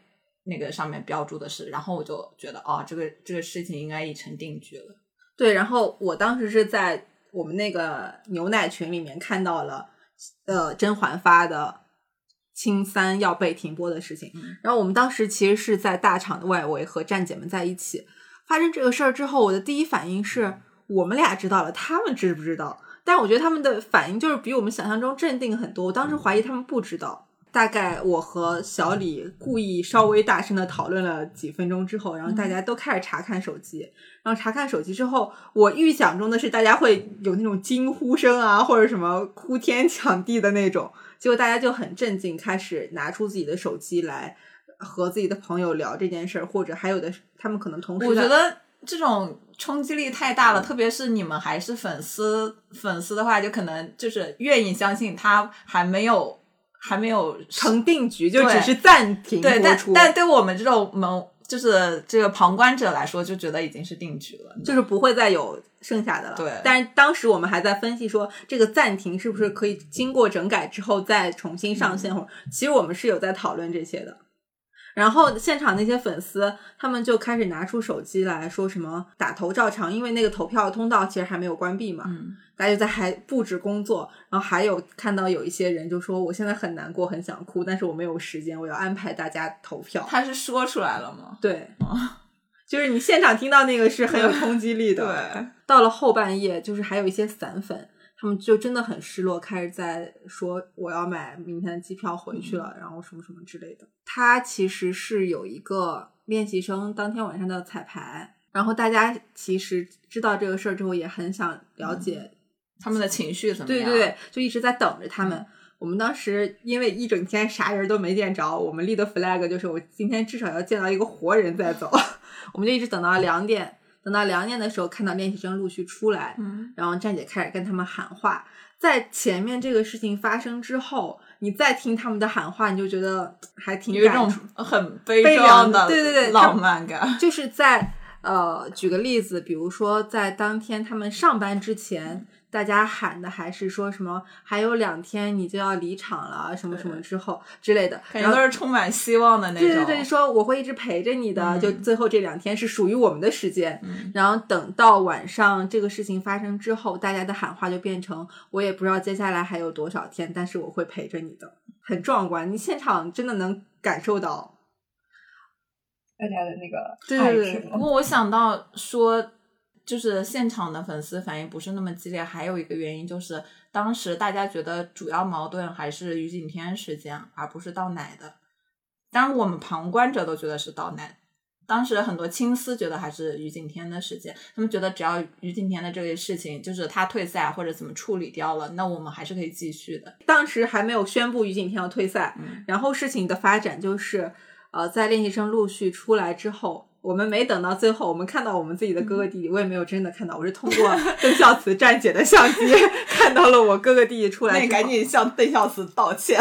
那个上面标注的是，然后我就觉得这个事情应该已成定局了。 对，然后我当时是在我们那个牛奶群里面看到了甄嬛发的青3要被停播的事情，然后我们当时其实是在大厂的外围和站姐们在一起。发生这个事儿之后，我的第一反应是我们俩知道了，他们知不知道？但我觉得他们的反应就是比我们想象中镇定很多，我当时怀疑他们不知道。大概我和小李故意稍微大声的讨论了几分钟之后，然后大家都开始查看手机，然后查看手机之后，我预想中的是大家会有那种惊呼声啊，或者什么哭天抢地的那种，结果大家就很镇静，开始拿出自己的手机来和自己的朋友聊这件事儿，或者还有的他们可能同时， 我觉得这种冲击力太大了，特别是你们还是粉丝的话，就可能就是愿意相信他还没有成定局，就只是暂停播出。 对，但对我们这种就是这个旁观者来说，就觉得已经是定局了， 就是不会再有剩下的了。 对， 但是当时我们还在分析说，这个暂停是不是可以经过整改之后再重新上线，其实我们是有在讨论这些的。然后现场那些粉丝他们就开始拿出手机来说什么打头照常，因为那个投票通道其实还没有关闭嘛，大家就在还布置工作，然后还有看到有一些人就说我现在很难过很想哭，但是我没有时间，我要安排大家投票。 他是说出来了吗？ 对，就是你现场听到那个是很有冲击力的。 对， 到了后半夜就是还有一些散粉，他们就真的很失落，开始在说我要买明天的机票回去了，然后什么什么之类的。他其实是有一个练习生当天晚上的彩排，然后大家其实知道这个事儿之后也很想了解他们的情绪怎么样。 对，就一直在等着他们。我们当时因为一整天啥人都没见着，我们立的 flag 就是我今天至少要见到一个活人再走。我们就一直等到2点，等到2点的时候看到练习生陆续出来，然后站姐开始跟他们喊话。在前面这个事情发生之后，你再听他们的喊话，你就觉得还挺有一种很悲壮的对浪漫感。 就是在举个例子，比如说在当天他们上班之前，大家喊的还是说什么还有2天你就要离场了什么什么之后之类的， 感觉都是充满希望的那种。 对，说我会一直陪着你的，就最后这2天是属于我们的时间。然后等到晚上这个事情发生之后，大家的喊话就变成我也不知道接下来还有多少天，但是我会陪着你的。很壮观，你现场真的能感受到大家的那个爱情。 不过我想到说就是现场的粉丝反应不是那么激烈，还有一个原因就是当时大家觉得主要矛盾还是于景天事件，而不是倒奶的。当然我们旁观者都觉得是倒奶，当时很多青丝觉得还是于景天的事件，他们觉得只要于景天的这个事情就是他退赛或者怎么处理掉了，那我们还是可以继续的。 当时还没有宣布于景天要退赛，然后事情的发展就是在练习生陆续出来之后，我们没等到最后我们看到我们自己的哥哥弟弟，我也没有真的看到，我是通过邓孝慈站姐的相机看到了我哥哥弟弟出来之后。 那你赶紧向邓孝慈道歉。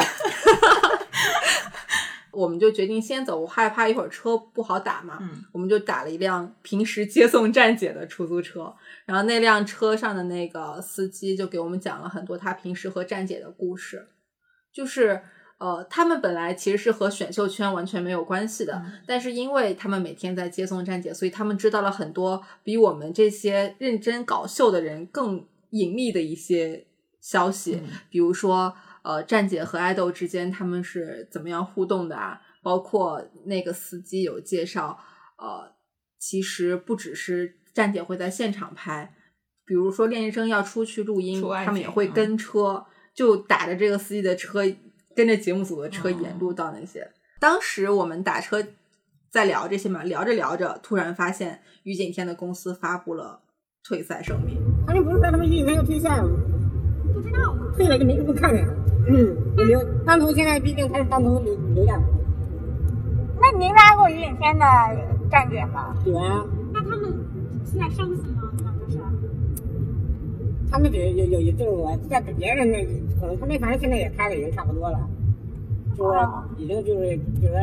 我们就决定先走，我害怕一会儿车不好打嘛，我们就打了一辆平时接送站姐的出租车，然后那辆车上的那个司机就给我们讲了很多他平时和站姐的故事，就是他们本来其实是和选秀圈完全没有关系的，但是因为他们每天在接送站姐，所以他们知道了很多比我们这些认真搞秀的人更隐秘的一些消息，比如说站姐和爱豆之间他们是怎么样互动的啊，包括那个司机有介绍其实不只是站姐会在现场拍，比如说练习生要出去录音，他们也会跟车，就打着这个司机的车跟着节目组的车沿路到那些。当时我们打车在聊这些嘛，聊着聊着突然发现于景天的公司发布了退赛声明。 他们不是说他们于景天要退赛吗？不知道，退了就没人看见了。也没有，当头现在毕竟他是当头流量。 那您拉过于景天的站姐吗？ 有啊。 那他们现在伤心吗？那不是？ 他们有就是我在别人那可能他们反正现在也拍的已经差不多了，就是已经就是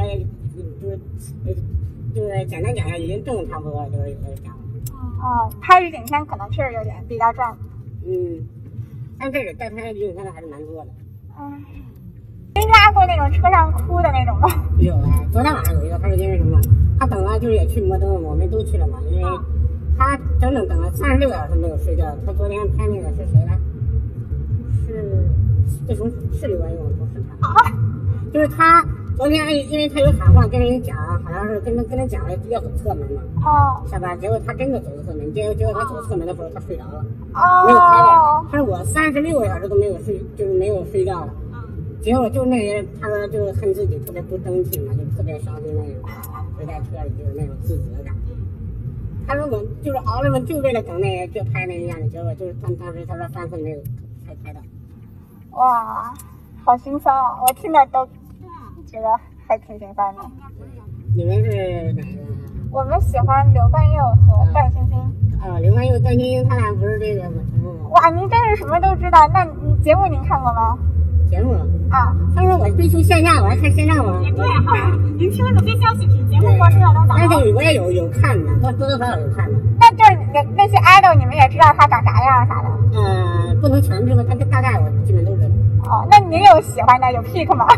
简单讲一下，已经挣差不多了，就是有的讲。 拍于景天可能确实有点比较赚。 但这个带拍于景天的还是蛮多的。 没拉过那种车上哭的那种吗？ 有啊，昨天晚上有一个，他是因为什么？他等了就是也去摩登，我们都去了嘛，因为他整整等了36个小时没有睡觉。他昨天拍那个是谁来？是刘文勇，不是他。就是他昨天，因为他有喊话跟人讲，好像是跟人讲了要走侧门嘛。是吧？结果他真的走侧门，结果他走侧门的时候他睡着了，没有开的。他说我36个小时都没有睡，就是没有睡觉了。结果就那人，他说就恨自己特别不争气嘛，就特别伤心那种，就在车里就是那种自责感。他说我就是熬了嘛，就为了等那人就拍那个样子，结果就是当时他说3次没有拍到。 哇，好心酸啊！我听着都觉得还挺心酸的。 你们是哪个？ 我们喜欢刘冠佑和段星星。 刘冠佑、段星星，他俩不是这个吗？ 哇，您真是什么都知道。那你节目您看过吗？ 节目啊， 他说我追求线下，我还看线上吗？ 也对哈，您听有些消息是节目播出了都早。 但是我也有看的，多多少少有看的。 那就是那些 idol， 你们也知道他长啥样啥的？ 不能全知道，但是大概我基本都知道。 哦，那您有喜欢的有 pick 吗？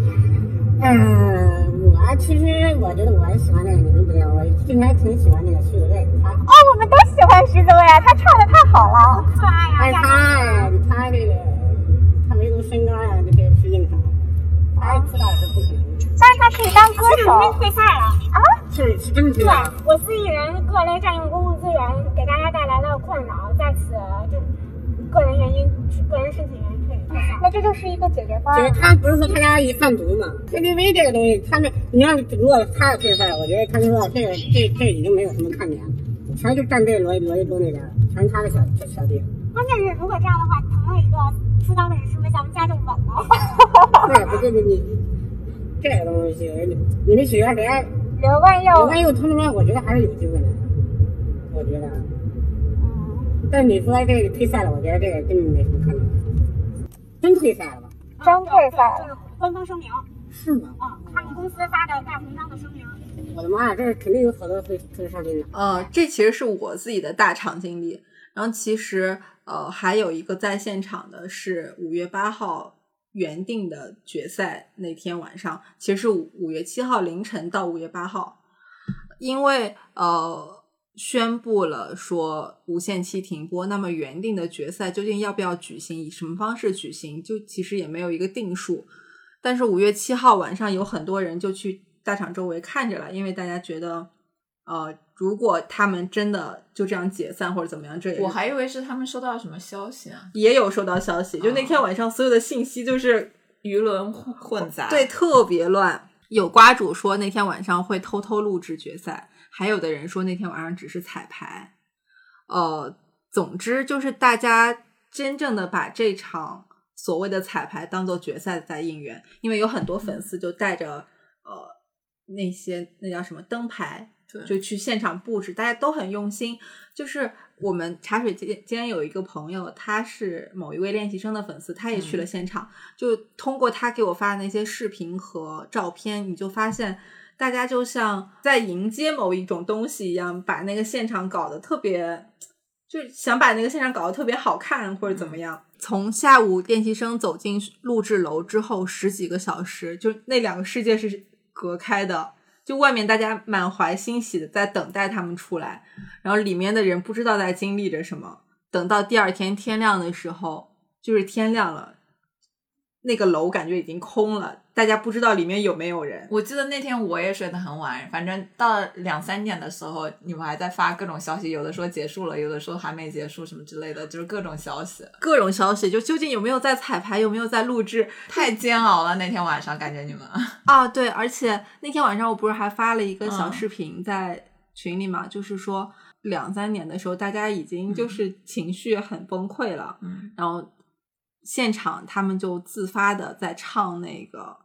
我其实我觉得我喜欢那个，你们不知道，我应该挺喜欢那个徐子未。 我们都喜欢徐子未啊，他唱的太好了，可爱呀。 但是他这个，他唯独身高呀，这个是硬伤，他出道是不可能的。 但是他可以当歌手。 已经退赛了啊？ 是真退赛。 对，我司艺人个人占用公共资源，给大家带来了困扰，在此就个人原因，个人申请人退赛。 那这就是一个解决方案。 就是他不是说他家贩毒嘛 ？KTV 这个东西，他们你要如果他要退赛，我觉得他就说这已经没有什么看点了，全就站队罗一舟那边，全是他的小弟。 关键是如果这样的话，同样一个出道的人，是不是咱们家就稳了？ 对，不就是你这个东西，你们喜欢谁？ 刘冠佑他们我觉得还是有机会的，我觉得。但你说这个退赛了，我觉得这个真没什么看点。真退赛了吧？ 真退赛了， 官方声明。 是吗？ 他们公司发的大红章的声明。 我的妈呀，这肯定有好多会上镜的。 这其实是我自己的大场经历。然后其实还有一个在现场的是5月8号原定的决赛那天晚上，其实是5月7号凌晨到5月8号，因为宣布了说无限期停播，那么原定的决赛究竟要不要举行，以什么方式举行，就其实也没有一个定数。但是5月7号晚上有很多人就去大场周围看着了，因为大家觉得如果他们真的就这样解散或者怎么样，这我还以为是他们收到什么消息啊， 也有收到消息，就那天晚上所有的信息就是舆论混杂， 对，特别乱。有瓜主说那天晚上会偷偷录制决赛，还有的人说那天晚上只是彩排。总之就是大家真正的把这场所谓的彩排当做决赛在应援，因为有很多粉丝就带着那叫什么灯牌，就去现场布置，大家都很用心。就是我们茶水间有一个朋友，他是某一位练习生的粉丝，他也去了现场，就通过他给我发的那些视频和照片，你就发现大家就像在迎接某一种东西一样，把那个现场搞得特别，就想把那个现场搞得特别好看或者怎么样。从下午练习生走进录制楼之后10几个小时，就那两个世界是隔开的，就外面大家满怀欣喜的在等待他们出来，然后里面的人不知道在经历着什么。等到第二天天亮的时候，就是天亮了，那个楼感觉已经空了，大家不知道里面有没有人。 我记得那天我也睡得很晚，反正到2-3点的时候，你们还在发各种消息，有的说结束了，有的说还没结束什么之类的，就是各种消息， 就究竟有没有在彩排，有没有在录制， 太煎熬了。那天晚上感觉你们对，而且那天晚上我不是还发了一个小视频在群里嘛，就是说2-3点的时候大家已经就是情绪很崩溃了，然后现场他们就自发的在唱那个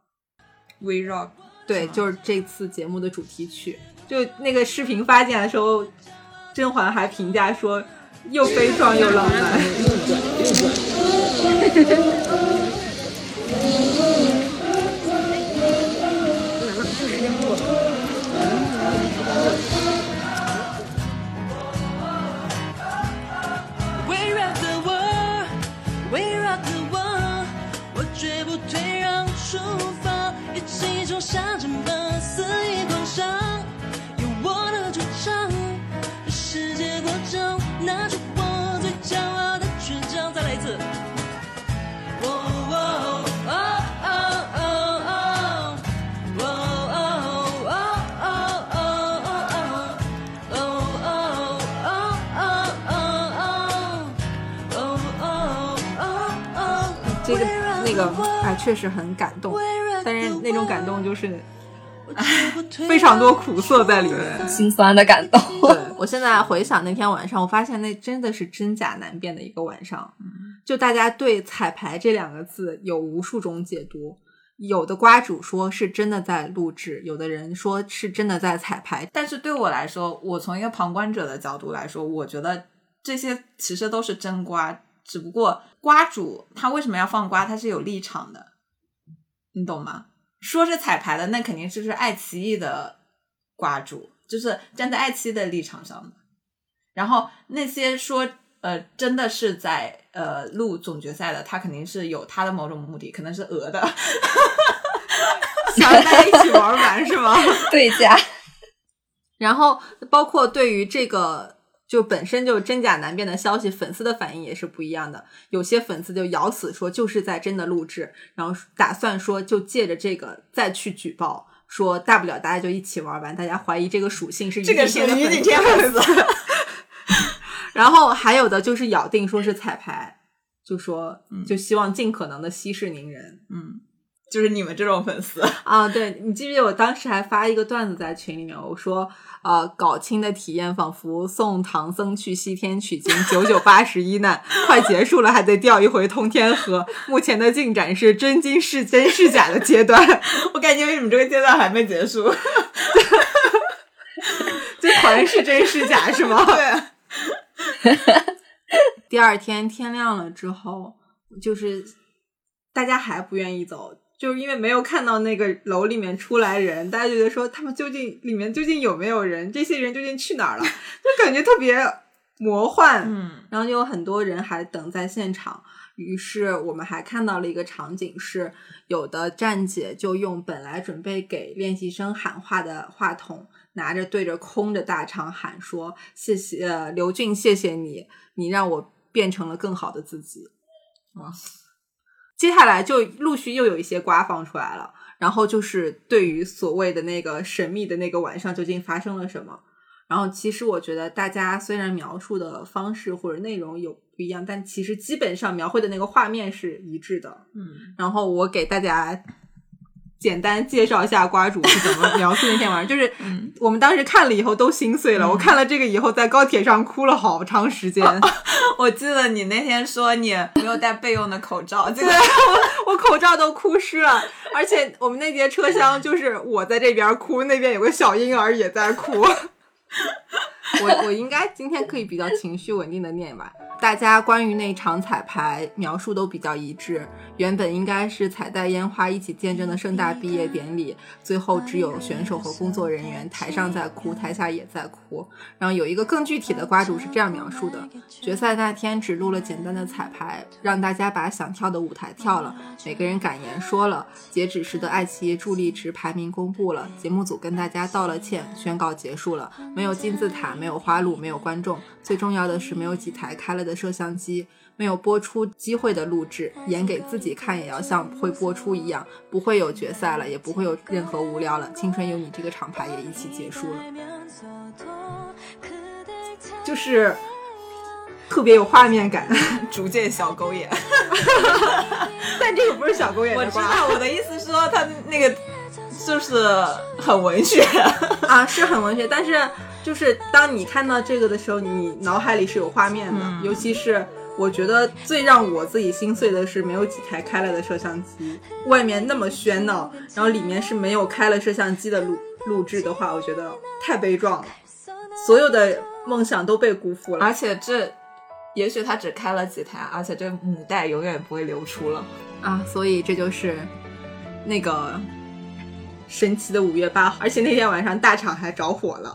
We Rock， 对，就是这次节目的主题曲。就那个视频发进来的时候，甄嬛还评价说又悲壮又浪漫。 We rock the world， 我绝不退让，输这个那个确实很感动，但是那种感动就是非常多苦涩在里面， 心酸的感动。 对，我现在回想那天晚上，我发现那真的是真假难辨的一个晚上。就大家对彩排这2个字有无数种解读，有的瓜主说是真的在录制，有的人说是真的在彩排。 但是对我来说，我从一个旁观者的角度来说，我觉得这些其实都是真瓜，只不过瓜主他为什么要放瓜，他是有立场的，你懂吗？说是彩排的，那肯定就是爱奇艺的瓜主，就是站在爱奇艺的立场上的。然后那些说真的是在录总决赛的，他肯定是有他的某种目的，可能是讹的想让大家一起玩完是吗？ 对家。 然后包括对于这个就本身就真假难辨的消息，粉丝的反应也是不一样的。有些粉丝就咬死说就是在真的录制，然后打算说就借着这个再去举报，说大不了大家就一起玩完，大家怀疑这个属性是这个是于景天粉丝。 然后还有的就是咬定说是彩排，就说就希望尽可能的息事宁人。 就是你们这种粉丝啊，对，你记不记得我当时还发一个段子在群里面，我说搞清的体验仿佛送唐僧去西天取经，9981难快结束了还得钓一回通天河，目前的进展是真金是真是假的阶段。 我感觉你们这个阶段还没结束。 这团是真是假是吗？ 对。 第二天天亮了之后，就是大家还不愿意走，就是因为没有看到那个楼里面出来人，大家就觉得说他们里面究竟有没有人，这些人究竟去哪儿了，就感觉特别魔幻。然后就有很多人还等在现场，于是我们还看到了一个场景，是有的站姐就用本来准备给练习生喊话的话筒，拿着对着空的大场喊说谢谢刘俊，谢谢你，你让我变成了更好的自己。哇！接下来就陆续又有一些瓜放出来了，然后就是对于所谓的那个神秘的那个晚上究竟发生了什么。然后其实我觉得大家虽然描述的方式或者内容有不一样，但其实基本上描绘的那个画面是一致的。然后我给大家简单介绍一下瓜主是怎么描述那天晚上。就是我们当时看了以后都心碎了，我看了这个以后在高铁上哭了好长时间。 我记得你那天说你没有戴备用的口罩， 对，我口罩都哭湿了，而且我们那节车厢就是我在这边哭，那边有个小婴儿也在哭。我应该今天可以比较情绪稳定的念完。大家关于那场彩排描述都比较一致，原本应该是彩带烟花一起见证的盛大毕业典礼，最后只有选手和工作人员台上在哭，台下也在哭。然后有一个更具体的瓜主是这样描述的：决赛那天只录了简单的彩排，让大家把想跳的舞台跳了，每个人感言说了，截止时的爱奇艺助力值排名公布了，节目组跟大家道了歉，宣告结束了。没有金字塔，没有花路，没有观众，最重要的是没有几台开了的摄像机，没有播出机会的录制，演给自己看也要像会播出一样，不会有决赛了，也不会有任何无聊了，青春有你这个厂牌也一起结束了。就是特别有画面感， 逐渐小狗眼。 但这个不是小狗眼的瓜。 我知道，我的意思是说他那个就是很文学啊，是很文学，但是就是当你看到这个的时候，你脑海里是有画面的。尤其是我觉得最让我自己心碎的是没有几台开了的摄像机，外面那么喧闹，然后里面是没有开了摄像机的录制的话，我觉得太悲壮了，所有的梦想都被辜负了。 而且这也许他只开了几台，而且这母带永远不会流出了啊！所以这就是那个神奇的5月8号，而且那天晚上大厂还着火了。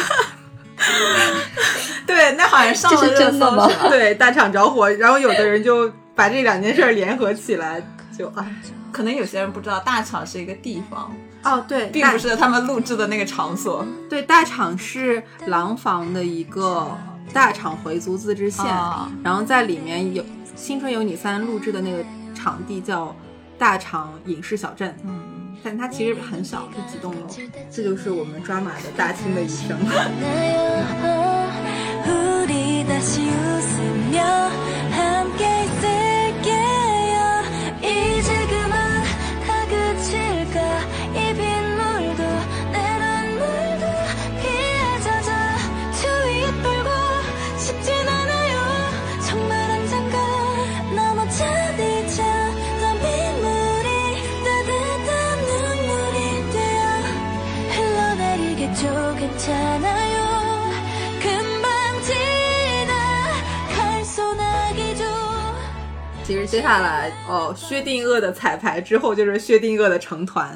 对，那好像上了热搜吗？ 对，大厂着火，然后有的人就把这2件事联合起来，就可能有些人不知道，大厂是一个地方。 哦，对， 并不是他们录制的那个场所。 对，大厂是廊坊的一个大厂回族自治县，然后在里面有《青春有你3》录制的那个场地叫大厂影视小镇。但它其实很小，是几栋楼。这就是我们抓马的大清的一生。 其实接下来薛定谔的彩排之后就是薛定谔的成团。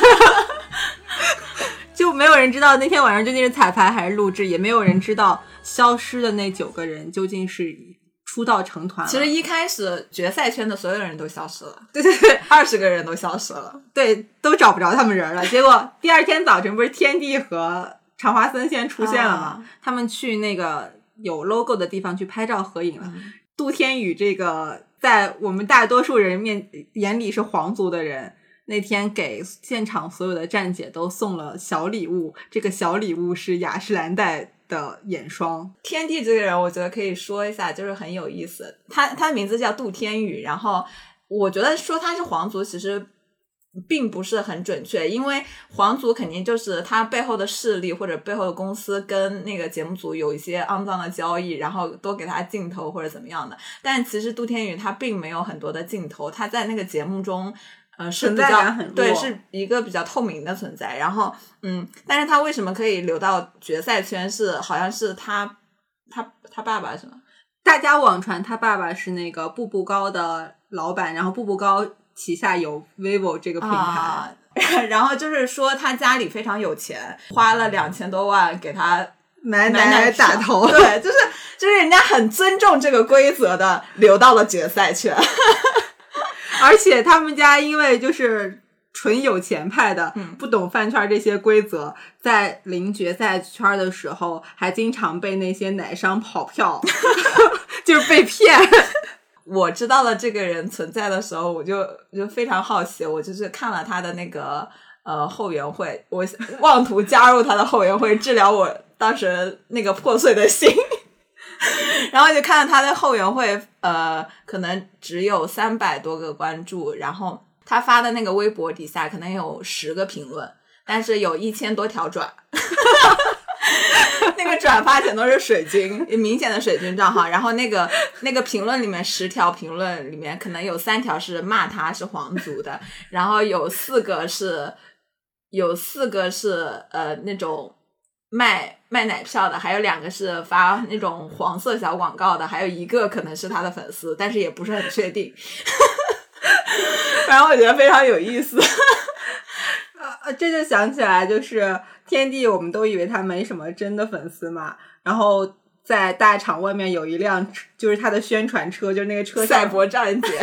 就没有人知道那天晚上究竟是彩排还是录制，也没有人知道消失的那9个人究竟是出道成团了。 其实一开始决赛圈的所有人都消失了， 对对对 ，20个人都消失了， 对，都找不着他们人了。结果第二天早晨不是天帝和长华森先出现了吗？他们去那个有 logo 的地方去拍照合影了。杜天宇这个在我们大多数人眼里是皇族的人，那天给现场所有的站姐都送了小礼物，这个小礼物是雅诗兰黛的眼霜。 天帝这个人我觉得可以说一下，就是很有意思，他的名字叫杜天宇，然后我觉得说他是皇族其实并不是很准确，因为皇族肯定就是他背后的势力或者背后的公司跟那个节目组有一些肮脏的交易，然后多给他镜头或者怎么样的，但其实杜天宇他并没有很多的镜头，他在那个节目中是比较对，是一个比较透明的存在。然后但是他为什么可以留到决赛圈，是好像是他爸爸是吗？ 大家网传他爸爸是那个步步高的老板，然后步步高旗下有 vivo 这个品牌， 然后就是说他家里非常有钱，花了2000多万给他买奶打头， 对，就是人家很尊重这个规则的留到了决赛圈。 而且他们家因为就是纯有钱派的，不懂饭圈这些规则，在临决赛圈的时候还经常被那些奶商跑票，就是被骗。 我知道了这个人存在的时候，我就非常好奇，我就是看了他的那个后援会，我妄图加入他的后援会，治疗我当时那个破碎的心。然后就看到他的后援会可能只有300多个关注，然后他发的那个微博底下可能有10个评论，但是有1000多条转。那个转发全都是水军，明显的水军账号，然后那个评论里面10条评论里面可能有3条是骂他是皇族的，然后有4个是那种卖奶票的，还有2个是发那种黄色小广告的，还有1个可能是他的粉丝，但是也不是很确定。然后我觉得非常有意思。 这就想起来就是天帝，我们都以为他没什么真的粉丝嘛，然后在大厂外面有一辆就是他的宣传车，就是那个车赛博战姐。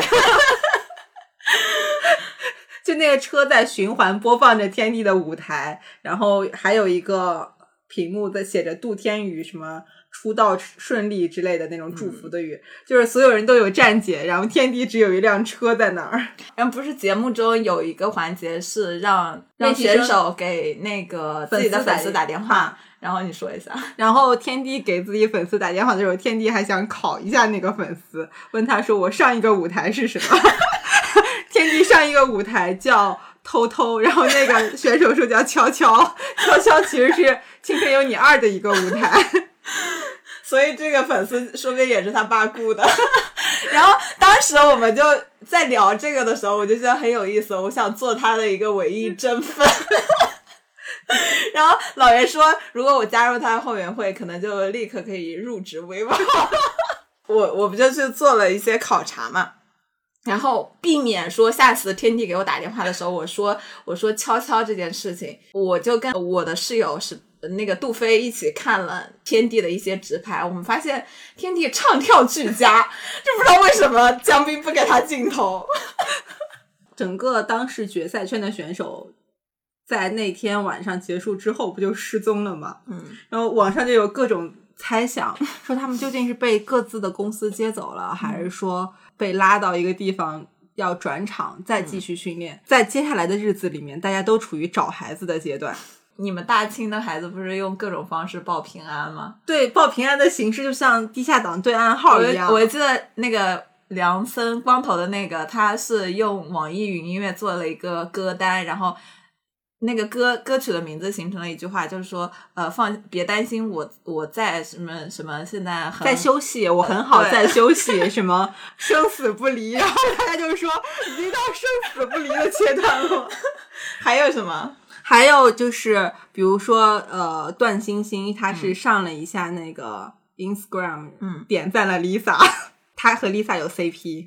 就那个车在循环播放着天帝的舞台，然后还有一个屏幕在写着杜天宇什么出道顺利之类的那种祝福的语，就是所有人都有站姐，然后天帝只有一辆车在那儿。 然后不是节目中有一个环节是让选手给那个自己的粉丝打电话，然后你说一下。 然后天帝给自己粉丝打电话的时候，天帝还想考一下那个粉丝，问他说我上一个舞台是什么。天帝上一个舞台叫偷偷，然后那个选手说叫悄悄，悄悄其实是《青春有你2》的一个舞台。 所以这个粉丝说不定也是他爸雇的。然后当时我们就在聊这个的时候，我就觉得很有意思，我想做他的一个伪艺真粉。然后老爷说如果我加入他的后援会，可能就立刻可以入职微博。我不就去做了一些考察嘛，然后避免说下次天帝给我打电话的时候我说悄悄这件事情，我就跟我的室友是那个杜飞一起看了天帝的一些直拍，我们发现天帝唱跳俱佳，就不知道为什么江斌不给他镜头。 整个当时决赛圈的选手在那天晚上结束之后不就失踪了吗？然后网上就有各种猜想，说他们究竟是被各自的公司接走了，还是说被拉到一个地方要转场再继续训练。在接下来的日子里面，大家都处于找孩子的阶段。 你们大清的孩子不是用各种方式报平安吗？ 对，报平安的形式就像地下党对暗号一样。 我记得那个梁森光头的那个，他是用网易云音乐做了一个歌单，然后那个歌曲的名字形成了一句话，就是说别担心我在什么什么现在在休息，我很好在休息，什么生死不离，然后大家就是说已经到生死不离的阶段了。 还有什么？ 还有就是比如说段星星他是上了一下那个 Instagram，点赞了 Lisa， 他和 Lisa 有 CP。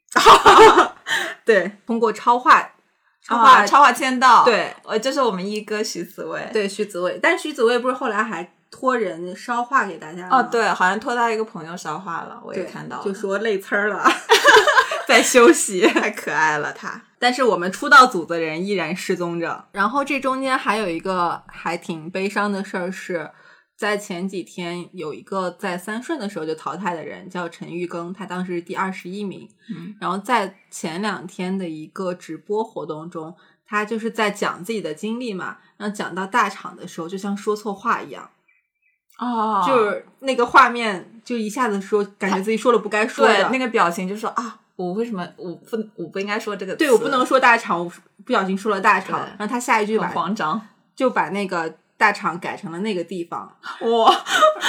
对，通过超话签到， 对， 这是我们一哥徐子未， 对，徐子未，但徐子未不是后来还托人捎话给大家了吗？ 对，好像托他一个朋友捎话了，我也看到了， 就说累呲儿了在休息， 太可爱了他。 但是我们出道组的人依然失踪着。然后这中间还有一个还挺悲伤的事儿，是在前几天有一个在3顺的时候就淘汰的人叫陈玉庚，他当时是第21名。然后在前2天的一个直播活动中，他就是在讲自己的经历嘛，然后讲到大厂的时候就像说错话一样。就是那个画面就一下子说感觉自己说了不该说的， 对，那个表情就说我为什么我不应该说这个词， 对，我不能说大厂，我不小心说了大厂，然后他下一句很慌张， 就把那个大厂改成了那个地方。 哇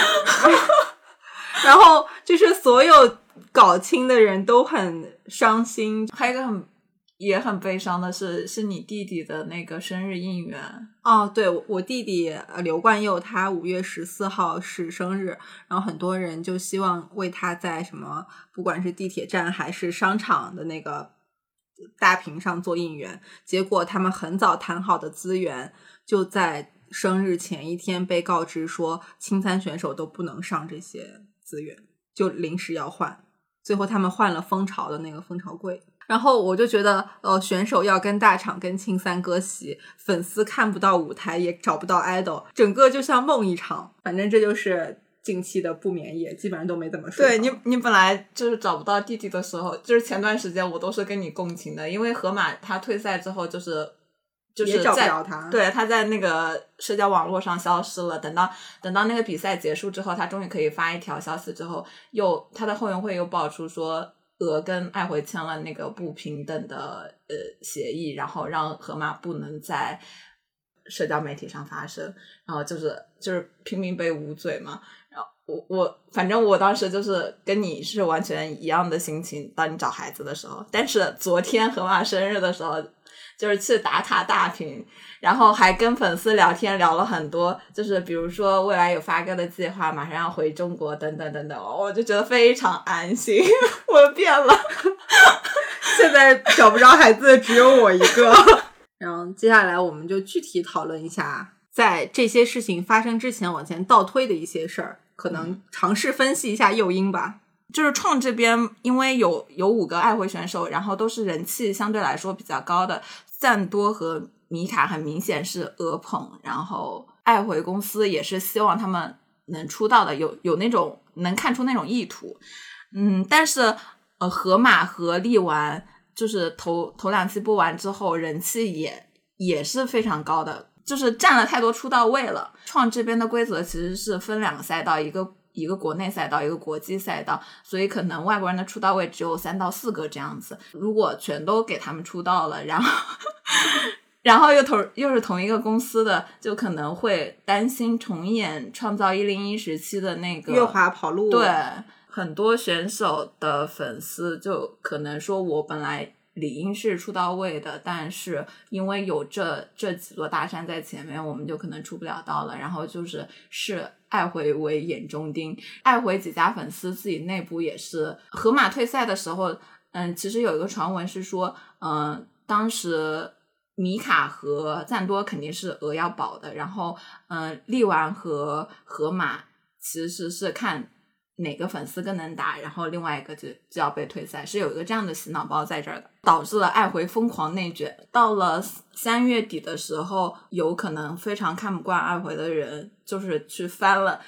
然后就是所有搞清的人都很伤心。 还有一个也很悲伤的是你弟弟的那个生日应援。 对，我弟弟刘冠佑他5月14号是生日，然后很多人就希望为他在什么不管是地铁站还是商场的那个大屏上做应援，结果他们很早谈好的资源就在生日前一天被告知说青3选手都不能上这些资源，就临时要换，最后他们换了蜂巢的那个蜂巢柜。然后我就觉得选手要跟大厂跟青3割席，粉丝看不到舞台也找不到 idol， 整个就像梦一场。反正这就是近期的不眠夜，基本上都没怎么睡。 对，你本来就是找不到弟弟的时候，就是前段时间我都是跟你共情的，因为河马他退赛之后就是也找不着他， 对，他在那个社交网络上消失了。等到那个比赛结束之后，他终于可以发一条消息之后，他的后援会又爆出说俄跟爱回签了那个不平等的协议，然后让河马不能在社交媒体上发声，然后就是拼命被捂嘴嘛。然后我反正我当时就是跟你是完全一样的心情，当你找孩子的时候。但是昨天河马生日的时候，就是去打卡大屏，然后还跟粉丝聊天，聊了很多，就是比如说未来有发哥的计划，马上要回中国等等等等，我就觉得非常安心。我变了， 现在找不着孩子只有我一个。然后接下来我们就具体讨论一下在这些事情发生之前往前倒推的一些事儿，可能尝试分析一下诱因吧。 就是创这边因为有5个爱回选手，然后都是人气相对来说比较高的，赞多和米卡很明显是俄捧，然后爱回公司也是希望他们能出道的，有那种能看出那种意图。但是河马和力丸就是头2期播完之后人气也是非常高的，就是占了太多出道位了。创这边的规则其实是分2个赛道，一个国内赛道，一个国际赛道，所以可能外国人的出道位只有3到4个这样子。如果全都给他们出道了，然后又是同一个公司的，就可能会担心重演创造101时期的那个月华跑路。 对，很多选手的粉丝就可能说我本来理应是出到位的，但是因为有这几座大山在前面，我们就可能出不了道了。然后是爱回为眼中钉，爱回几家粉丝自己内部也是。河马退赛的时候，其实有一个传闻是说，当时米卡和赞多肯定是俄要保的，然后力丸和河马其实是看哪个粉丝更能打，然后另外一个就要被退赛，是有一个这样的洗脑包在这儿的，导致了爱回疯狂内卷。到了3月底的时候，有可能非常看不惯爱回的人就是去翻了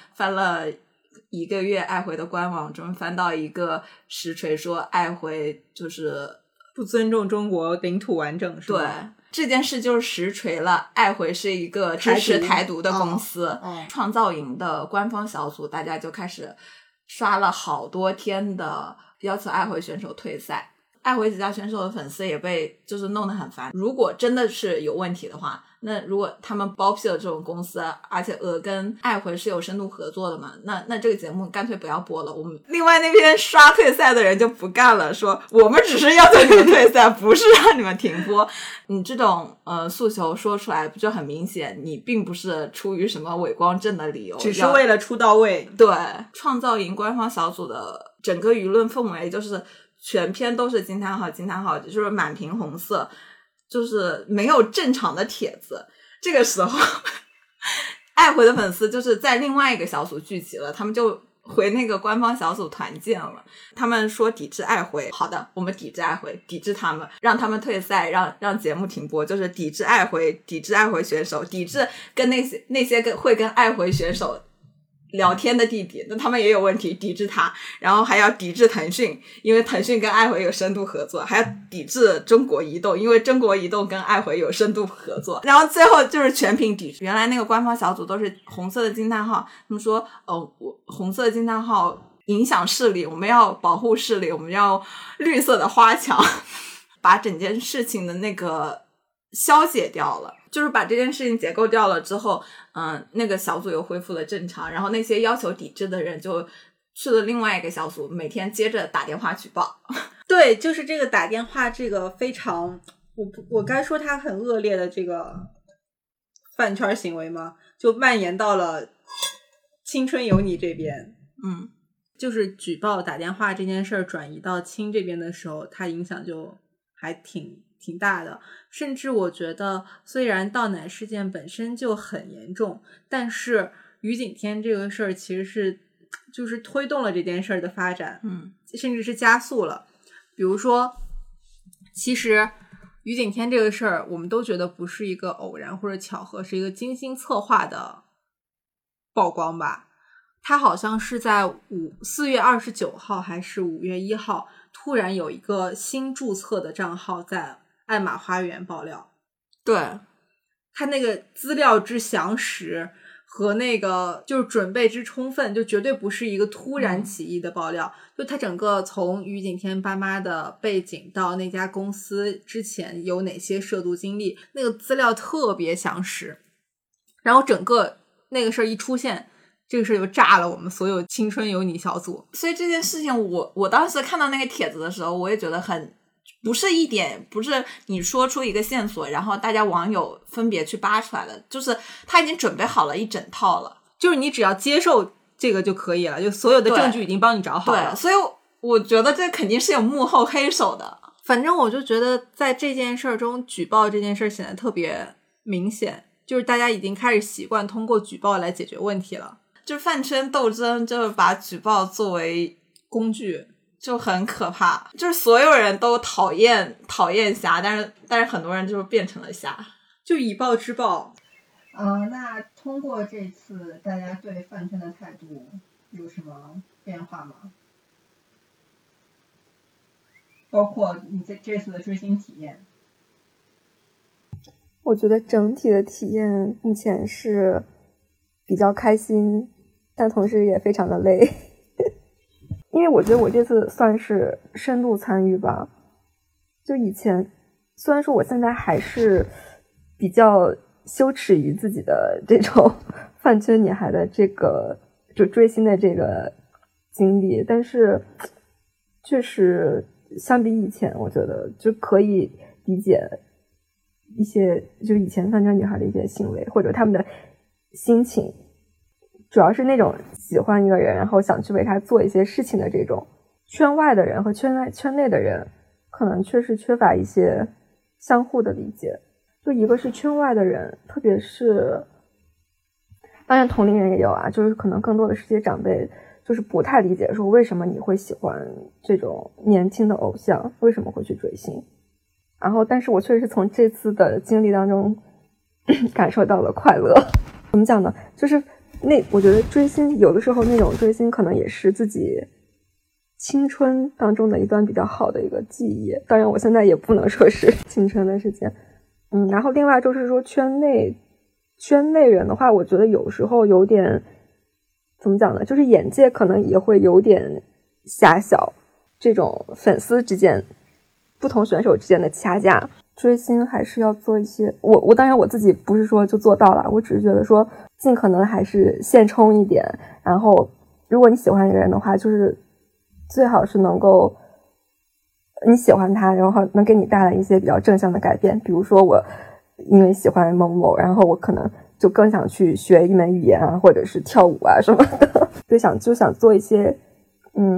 1个月爱回的官网中，翻到一个实锤说爱回就是不尊重中国领土完整，是吧？ 对，这件事就是实锤了爱回是一个支持台独的公司。创造营的官方小组大家就开始刷了好多天的要求爱回选手退赛，爱回几家选手的粉丝也被就是弄得很烦。如果真的是有问题的话，那如果他们包庇了这种公司，而且俄跟爱回是有深度合作的嘛，那这个节目干脆不要播了。我们另外那边刷退赛的人就不干了，说我们只是要求你们退赛，不是让你们停播。你这种诉求说出来不就很明显，你并不是出于什么伪光正的理由， 只是为了出到位。 对，创造营官方小组的整个舆论氛围就是全篇都是惊叹号惊叹号，就是满屏红色，就是没有正常的帖子。这个时候爱回的粉丝就是在另外一个小组聚集了，他们就回那个官方小组团建了，他们说抵制爱回，好的，我们抵制爱回，抵制他们，让他们退赛，让节目停播，就是抵制爱回，抵制爱回选手，抵制跟那些会跟爱回选手聊天的弟弟，那他们也有问题，抵制他，然后还要抵制腾讯，因为腾讯跟爱回有深度合作，还要抵制中国移动，因为中国移动跟爱回有深度合作，然后最后就是全屏抵制。原来那个官方小组都是红色的惊叹号，他们说红色的惊叹号影响视力，我们要保护视力，我们要绿色的花墙把整件事情的那个消解掉了，就是把这件事情解构掉了之后，那个小组又恢复了正常，然后那些要求抵制的人就去了另外一个小组，每天接着打电话举报。 对，就是这个打电话，这个非常，我该说他很恶劣的这个饭圈行为吗？就蔓延到了青春有你这边。就是举报打电话这件事儿转移到青这边的时候，它影响就还挺大的。甚至我觉得虽然倒奶事件本身就很严重，但是于景天这个事儿其实是就是推动了这件事儿的发展，甚至是加速了。比如说其实于景天这个事儿我们都觉得不是一个偶然或者巧合，是一个精心策划的曝光吧。他好像是在4月29号还是5月1号突然有一个新注册的账号在爱玛花园爆料。对，他那个资料之详实和那个就是准备之充分，就绝对不是一个突然起意的爆料。就他整个从于景天爸妈的背景到那家公司之前有哪些涉毒经历，那个资料特别详实。然后整个那个事儿一出现，这个事就炸了我们所有青春有你小组。 所以这件事情我当时看到那个帖子的时候，我也觉得很不是你说出一个线索然后大家网友分别去扒出来的，就是他已经准备好了一整套了， 就是你只要接受这个就可以了，就所有的证据已经帮你找好了。 对，所以我觉得这肯定是有幕后黑手的。 反正我就觉得在这件事中举报这件事显得特别明显，就是大家已经开始习惯通过举报来解决问题了。 就是饭圈斗争就是把举报作为工具， 就很可怕。就是所有人都讨厌虾，但是很多人就是变成了虾， 就以暴制暴。 那通过这次大家对饭圈的态度有什么变化吗？包括你这次的追星体验。 我觉得整体的体验目前是比较开心，但同时也非常的累因为我觉得我这次算是深度参与吧。就以前虽然说我现在还是比较羞耻于自己的这种饭圈女孩的这个就追星的这个经历，但是确实相比以前我觉得就可以理解一些就是以前饭圈女孩的一些行为或者他们的心情，主要是那种喜欢一个人然后想去为他做一些事情的这种。圈外的人和圈内的人可能确实缺乏一些相互的理解。就一个是圈外的人，特别是当然同龄人也有啊，就是可能更多的是些长辈就是不太理解说为什么你会喜欢这种年轻的偶像，为什么会去追星。然后但是我确实从这次的经历当中感受到了快乐。怎么讲呢，就是我觉得追星有的时候那种追星可能也是自己青春当中的一段比较好的一个记忆，当然我现在也不能说是青春的事情。然后另外就是说圈内人的话，我觉得有时候有点怎么讲呢，就是眼界可能也会有点狭小，这种粉丝之间不同选手之间的掐架。追星还是要做一些，我当然我自己不是说就做到了，我只是觉得说尽可能还是现充一点，然后如果你喜欢一个人的话，就是最好是能够你喜欢他然后能给你带来一些比较正向的改变。比如说我因为喜欢某某，然后我可能就更想去学一门语言啊，或者是跳舞啊什么的就想做一些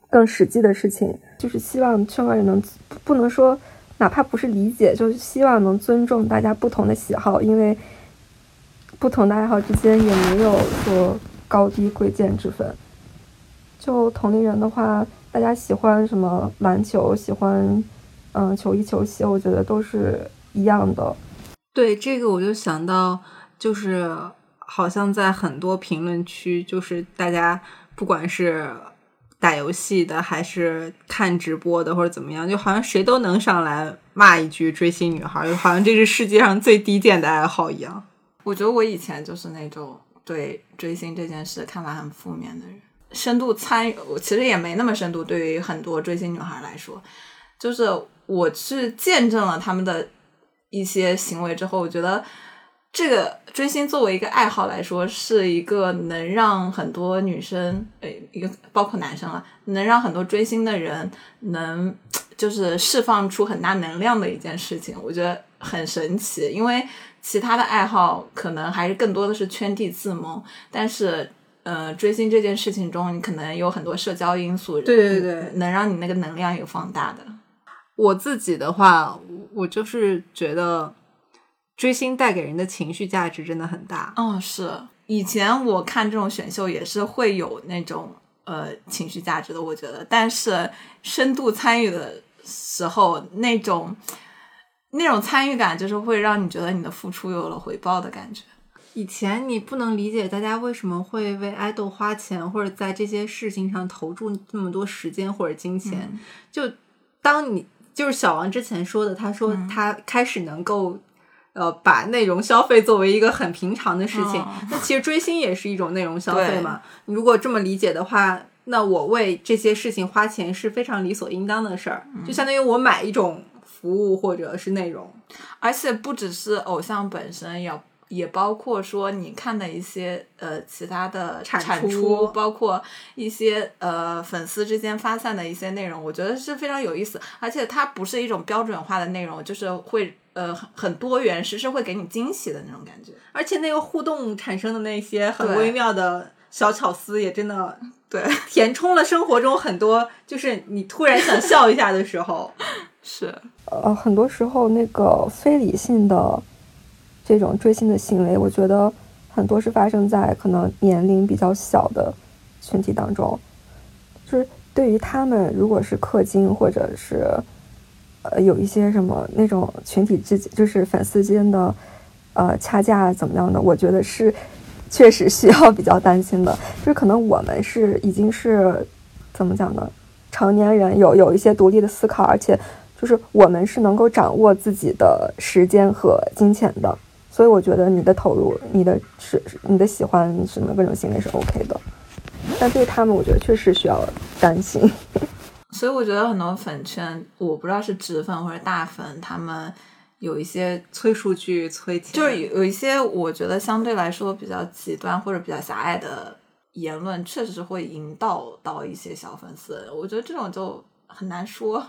更实际的事情，就是希望圈外人能不能说哪怕不是理解，就是希望能尊重大家不同的喜好，因为不同的爱好之间也没有说高低贵贱之分。就同龄人的话，大家喜欢什么篮球，喜欢球衣球鞋，我觉得都是一样的。 对，这个我就想到，就是好像在很多评论区，就是大家不管是打游戏的还是看直播的或者怎么样，就好像谁都能上来骂一句追星女孩，就好像这是世界上最低贱的爱好一样。 我觉得我以前就是那种对追星这件事看法很负面的人，深度参与其实也没那么深度，对于很多追星女孩来说，就是我是见证了他们的一些行为之后，我觉得这个追星作为一个爱好来说，是一个能让很多女生一个包括男生了，能让很多追星的人能就是释放出很大能量的一件事情，我觉得很神奇。因为其他的爱好可能还是更多的是圈地自萌，但是追星这件事情中你可能有很多社交因素， 对对对， 能让你那个能量有放大的。 我自己的话，我就是觉得追星带给人的情绪价值真的很大。 是以前我看这种选秀也是会有那种情绪价值的，我觉得，但是深度参与的时候，那种参与感就是会让你觉得你的付出有了回报的感觉。 以前你不能理解大家为什么会为爱豆花钱，或者在这些事情上投注这么多时间或者金钱。就当你就是小王之前说的，他说他开始能够把内容消费作为一个很平常的事情，那其实追星也是一种内容消费嘛。如果这么理解的话，那我为这些事情花钱是非常理所应当的事儿，就相当于我买一种服务或者是内容。 而且不只是偶像本身，也包括说你看的一些其他的产出，包括一些粉丝之间发散的一些内容，我觉得是非常有意思。而且它不是一种标准化的内容，就是会很多元，时时会给你惊喜的那种感觉。 而且那个互动产生的那些很微妙的小巧思也真的对填充了生活中很多就是你突然想笑一下的时候。 是很多时候那个非理性的这种追星的行为，我觉得很多是发生在可能年龄比较小的群体当中。就是对于他们如果是氪金或者是有一些什么那种群体之间就是粉丝间的掐架怎么样的，我觉得是确实需要比较担心的。就是可能我们是已经是怎么讲呢，成年人有一些独立的思考，而且就是我们是能够掌握自己的时间和金钱的，所以我觉得你的投入你的喜欢什么各种行为是 OK 的。但对他们我觉得确实需要担心。 所以我觉得很多粉圈，我不知道是直粉或者大粉，他们有一些催数据催钱， 就是有一些我觉得相对来说比较极端或者比较狭隘的言论，确实是会引导到一些小粉丝。我觉得这种就很难说。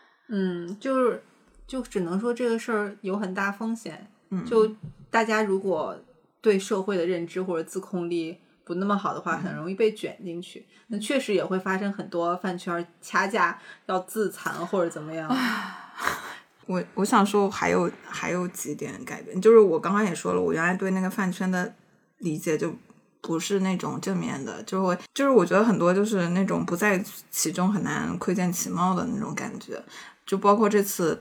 就只能说这个事儿有很大风险。就大家如果对社会的认知或者自控力不那么好的话，很容易被卷进去。那确实也会发生很多饭圈掐架要自残或者怎么样。 我想说还有几点改变，就是我刚刚也说了，我原来对那个饭圈的理解就不是那种正面的，就是我觉得很多就是那种不在其中很难窥见其貌的那种感觉。就包括这次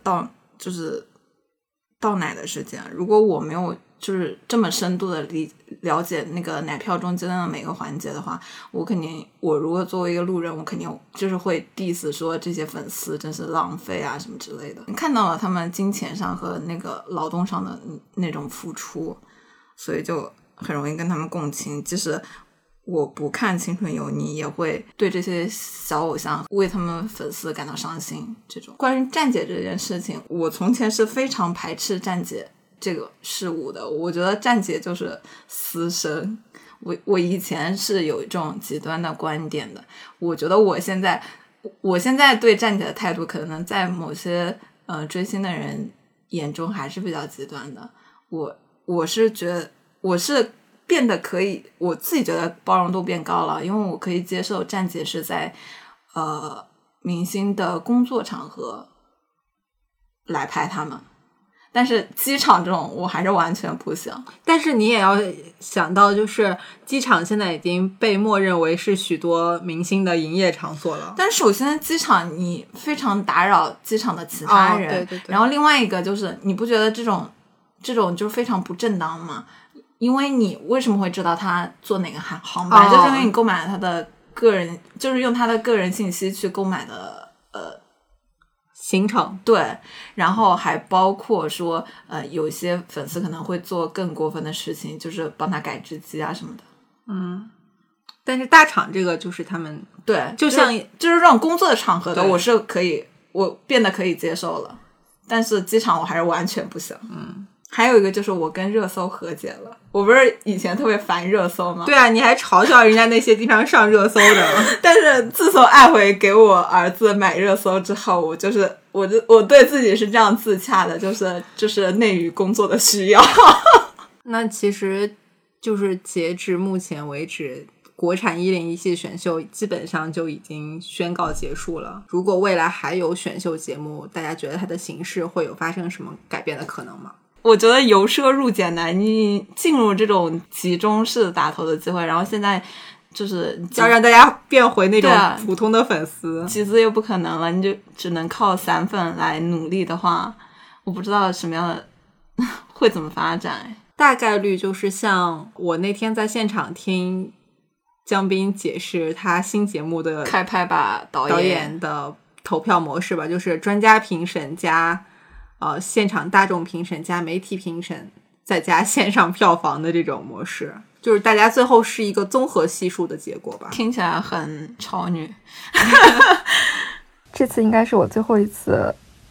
倒奶的事件，如果我没有就是这么深度的了解那个奶票中间的每个环节的话，我如果作为一个路人，我肯定就是会 diss 说这些粉丝真是浪费啊什么之类的。看到了他们金钱上和那个劳动上的那种付出，所以就很容易跟他们共情。即使我不看青春有你，也会对这些小偶像为他们粉丝感到伤心。这种关于站姐这件事情，我从前是非常排斥站姐这个事物的，我觉得站姐就是私生。我以前是有这种极端的观点的，我觉得我现在对站姐的态度可能在某些追星的人眼中还是比较极端的。我是觉得我是变得可以，我自己觉得包容度变高了，因为我可以接受站姐是在明星的工作场合来拍他们。但是机场这种我还是完全不行。 但是你也要想到，就是机场现在已经被默认为是许多明星的营业场所了。 但首先机场你非常打扰机场的其他人， 对对对。 然后另外一个就是你不觉得这种就非常不正当吗？因为你为什么会知道他坐哪个航班？就是因为你购买了他的个人，就是用他的个人信息去购买的行程。 对，然后还包括说有些粉丝可能会做更过分的事情，就是帮他改制机啊什么的。 但是大厂这个就是他们对， 就像就是这种工作的场合的，我变得可以接受了，但是机场我还是完全不行。还有一个就是我跟热搜和解了。我不是以前特别烦热搜吗？ 对啊，你还嘲笑人家那些经常上热搜的。 但是自从爱回给我儿子买热搜之后，我对自己是这样自洽的，就是内娱工作的需要。 那其实就是截至目前为止，国产1017选秀基本上就已经宣告结束了。如果未来还有选秀节目，大家觉得它的形式会有发生什么改变的可能吗？ 我觉得由奢入俭难，你进入这种集中式打头的机会，然后现在就是要让大家变回那种普通的粉丝， 集资又不可能了，你就只能靠散粉来努力的话，我不知道什么样的会怎么发展。 大概率就是像我那天在现场听江斌解释他新节目的开拍吧导演的投票模式吧，就是专家评审加现场大众评审加媒体评审再加线上票房的这种模式，就是大家最后是一个综合系数的结果吧。 听起来很超女。 这次应该是我最后一次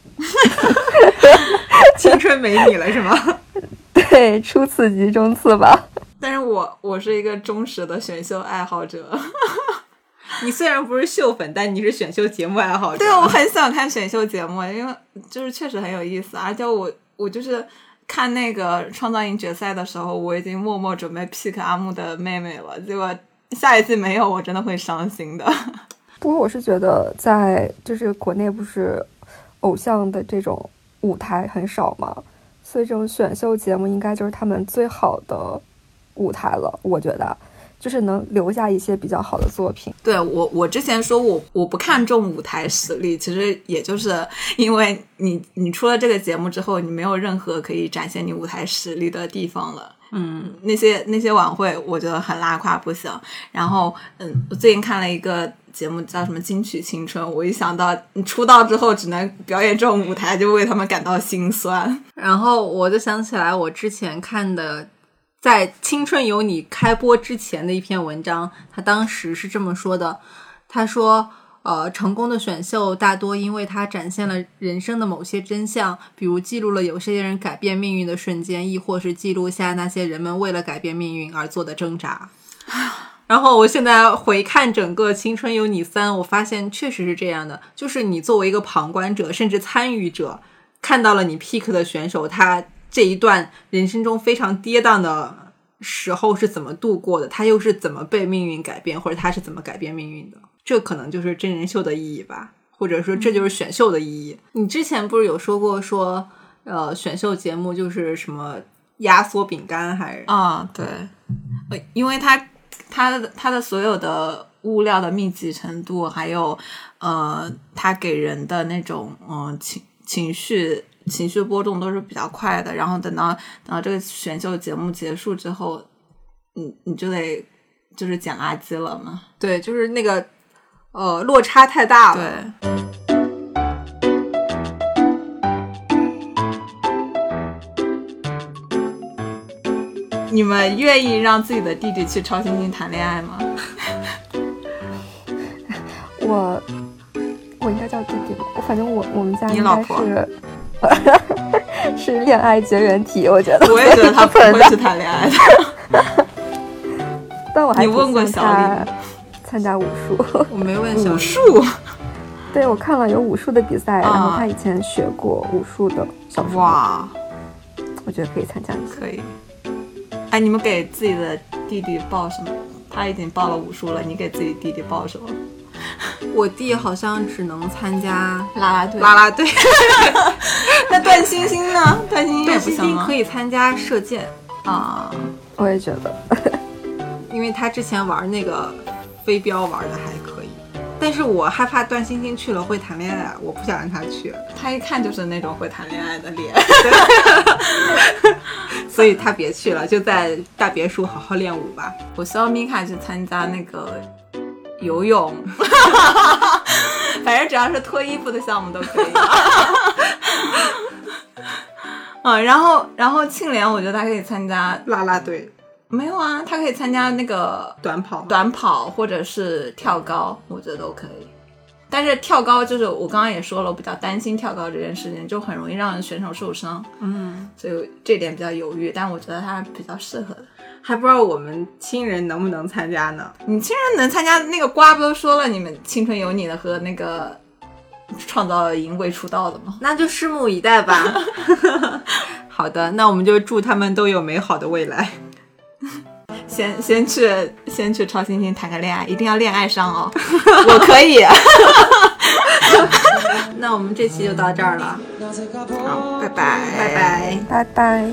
青春没你了是吗？ 对，初次集中次吧。 但是我是一个忠实的选秀爱好者。 你虽然不是秀粉，但你是选秀节目爱好者。 对，我很喜欢看选秀节目，因为就是确实很有意思。而且我就是看那个创造营决赛的时候，我已经默默准备 pick 阿木的妹妹了，结果下一季没有，我真的会伤心的。 不过我是觉得在就是国内不是偶像的这种舞台很少嘛，所以这种选秀节目应该就是他们最好的舞台了，我觉得就是能留下一些比较好的作品。 对，我之前说我不看重舞台实力，其实也就是因为你出了这个节目之后，你没有任何可以展现你舞台实力的地方了。那些晚会我觉得很拉胯不行。然后我最近看了一个节目叫什么金曲青春，我一想到你出道之后只能表演这种舞台，就为他们感到心酸。 然后我就想起来我之前看的在青春有你开播之前的一篇文章，他当时是这么说的，他说成功的选秀大多因为它展现了人生的某些真相，比如记录了有些人改变命运的瞬间，亦或是记录下那些人们为了改变命运而做的挣扎。然后我现在回看整个青春有你3，我发现确实是这样的，就是你作为一个旁观者甚至参与者，看到了你 pick 的选手他这一段人生中非常跌宕的时候是怎么度过的，他又是怎么被命运改变，或者他是怎么改变命运的，这可能就是真人秀的意义吧，或者说这就是选秀的意义。你之前不是有说过说选秀节目就是什么压缩饼干还是对，因为它的所有的物料的密集程度，还有它给人的那种情绪波动都是比较快的，然后等到这个选秀节目结束之后，你就得就是捡垃圾了嘛。 对，就是那个落差太大了。 对。你们愿意让自己的弟弟去超新星谈恋爱吗？ 我应该叫弟弟吧，反正我们家应该是恋爱绝缘体，我觉得。 我也觉得他不会去谈恋爱的。 但我还你问过小李参加武术？ 我没问小李。 武术？ 对，我看了有武术的比赛，然后他以前学过武术的小说。 哇， 我觉得可以参加一下。 可以。哎，你们给自己的弟弟报什么？他已经报了武术了，你给自己弟弟报什么？ 我弟好像只能参加啦啦队。 那段星星呢？段星星也不行吗？ 段星星可以参加射箭啊， 我也觉得， 因为他之前玩那个飞镖玩的还可以。但是我害怕段星星去了会谈恋爱，我不想让他去。 他一看就是那种会谈恋爱的脸， 所以他别去了，就在大别墅好好练舞吧。 我希望米卡去参加那个游泳，反正只要是脱衣服的项目都可以。然后庆怜，我觉得他可以参加啦啦队。 没有啊，他可以参加那个短跑或者是跳高，我觉得都可以。但是跳高就是我刚刚也说了，我比较担心跳高这件事情，就很容易让选手受伤。所以这点比较犹豫，但我觉得他比较适合的。 还不知道我们亲人能不能参加呢？ 你亲人能参加，那个瓜不都说了，你们青春有你的和那个创造营未出道的吗？ 那就拭目以待吧。好的，那我们就祝他们都有美好的未来。 先去超新星谈个恋爱，一定要恋爱上哦。我可以。 那我们这期就到这儿了。好，拜拜，拜拜， 拜拜。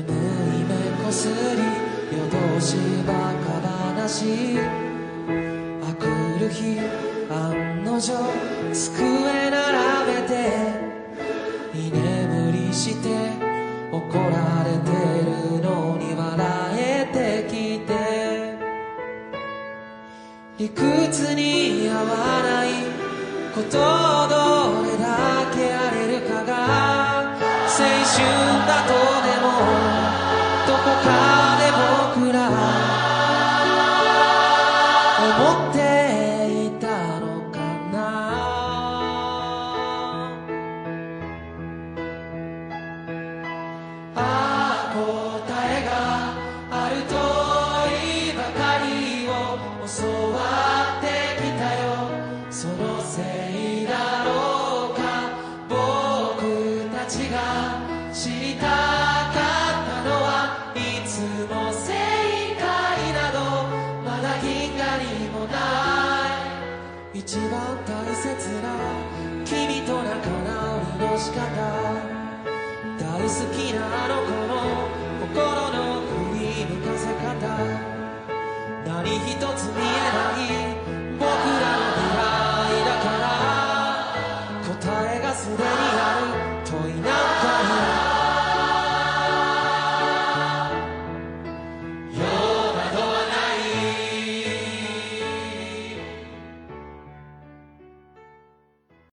怒られてるのに笑えてきて理屈に合わないことをどれだけあれるかが青春だとでもどこかで僕ら思っていたのかな一番大切な君と仲直りの仕方大好きなあの子